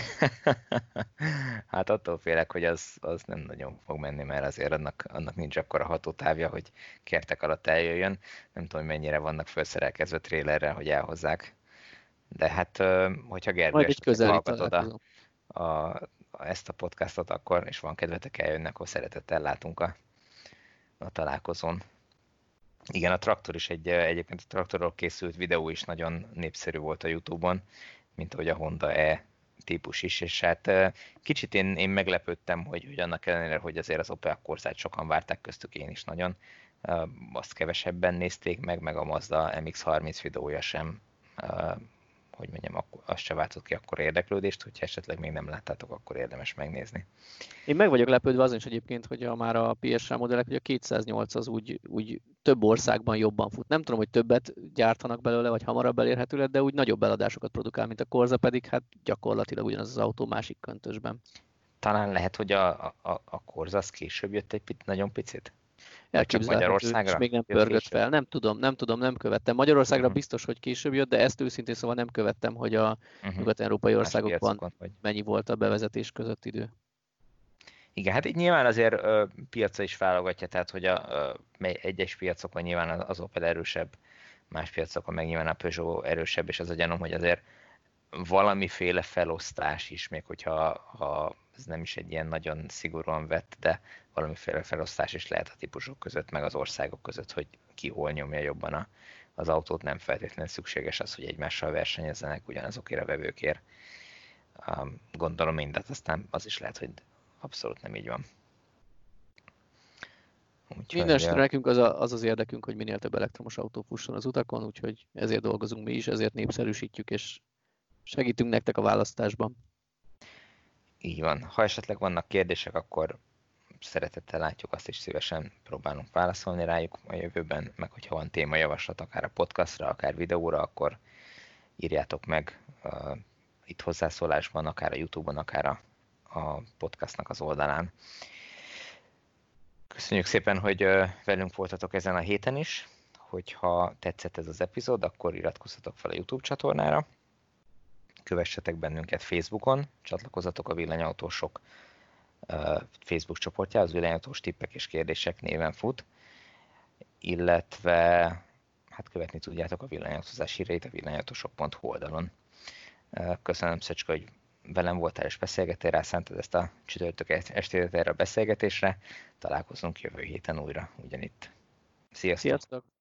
Hát attól félek, hogy az nem nagyon fog menni, mert azért annak nincs akkora hatótávja, hogy kertek alatt eljöjjön. Nem tudom, hogy mennyire vannak felszerelkezve trélerrel, hogy elhozzák. De hát, hogyha Gergő hallgatod ezt a podcastot, akkor, és van kedvetek eljönni, akkor szeretettel látunk a találkozón. Igen, a traktor is egyébként a traktorról készült videó is nagyon népszerű volt a YouTube-on, mint ahogy a Honda E típus is, és hát kicsit én meglepődtem, hogy annak ellenére, hogy azért az Opel Corzát sokan várták, köztük én is nagyon, azt kevesebben nézték meg a Mazda MX-30 videója sem, hogy mondjam, azt se váltott ki akkor érdeklődést, hogyha esetleg még nem láttátok, akkor érdemes megnézni. Én meg vagyok lepődve azon is egyébként, hogy már a PSA modellek, hogy a 208 az úgy több országban jobban fut. Nem tudom, hogy többet gyártanak belőle, vagy hamarabb elérhető lett, de úgy nagyobb eladásokat produkál, mint a Corsa, pedig hát gyakorlatilag ugyanaz az autó másik köntösben. Talán lehet, hogy a Corsa az később jött egy nagyon picit? Elképzelhető, és még nem pörgött fel. Nem tudom, nem követtem. Magyarországra biztos, hogy később jött, de ezt őszintén szóval nem követtem, hogy a nyugat-európai országokban mennyi volt a bevezetés között idő. Igen, hát itt nyilván azért piaca is válogatja, tehát hogy egyes piacokon nyilván az Opel erősebb, más piacokon meg nyilván a Peugeot erősebb, és az a gyanom, hogy azért valamiféle felosztás is, még hogyha ez nem is egy ilyen nagyon szigorúan vett, de valamiféle felosztás is lehet a típusok között, meg az országok között, hogy ki hol nyomja jobban az autót, nem feltétlenül szükséges az, hogy egymással versenyezzenek ugyanazokért a vevőkért. Gondolom mindet, aztán az is lehet, hogy abszolút nem így van. Mindenesetre nekünk az érdekünk, hogy minél több elektromos autó fusson az utakon, úgyhogy ezért dolgozunk mi is, ezért népszerűsítjük és segítünk nektek a választásban. Így van. Ha esetleg vannak kérdések, akkor szeretettel látjuk, azt is szívesen próbálunk válaszolni rájuk a jövőben, meg hogyha van témajavaslat, akár a podcastra, akár videóra, akkor írjátok meg itt hozzászólásban, akár a YouTube-on, akár a podcastnak az oldalán. Köszönjük szépen, hogy velünk voltatok ezen a héten is. Hogyha tetszett ez az epizód, akkor iratkozzatok fel a YouTube csatornára. Kövessetek bennünket Facebookon, csatlakozzatok a Villanyautósok Facebook csoportjához, Villanyautós tippek és kérdések néven fut, illetve hát követni tudjátok a villanyautózás híreit a villanyautósok.hu oldalon. Köszönöm, Szöcske, hogy velem voltál és beszélgettél, rászántad ezt a csütörtök estédet erre a beszélgetésre. Találkozunk jövő héten újra ugyanitt. Sziasztok! Sziasztok!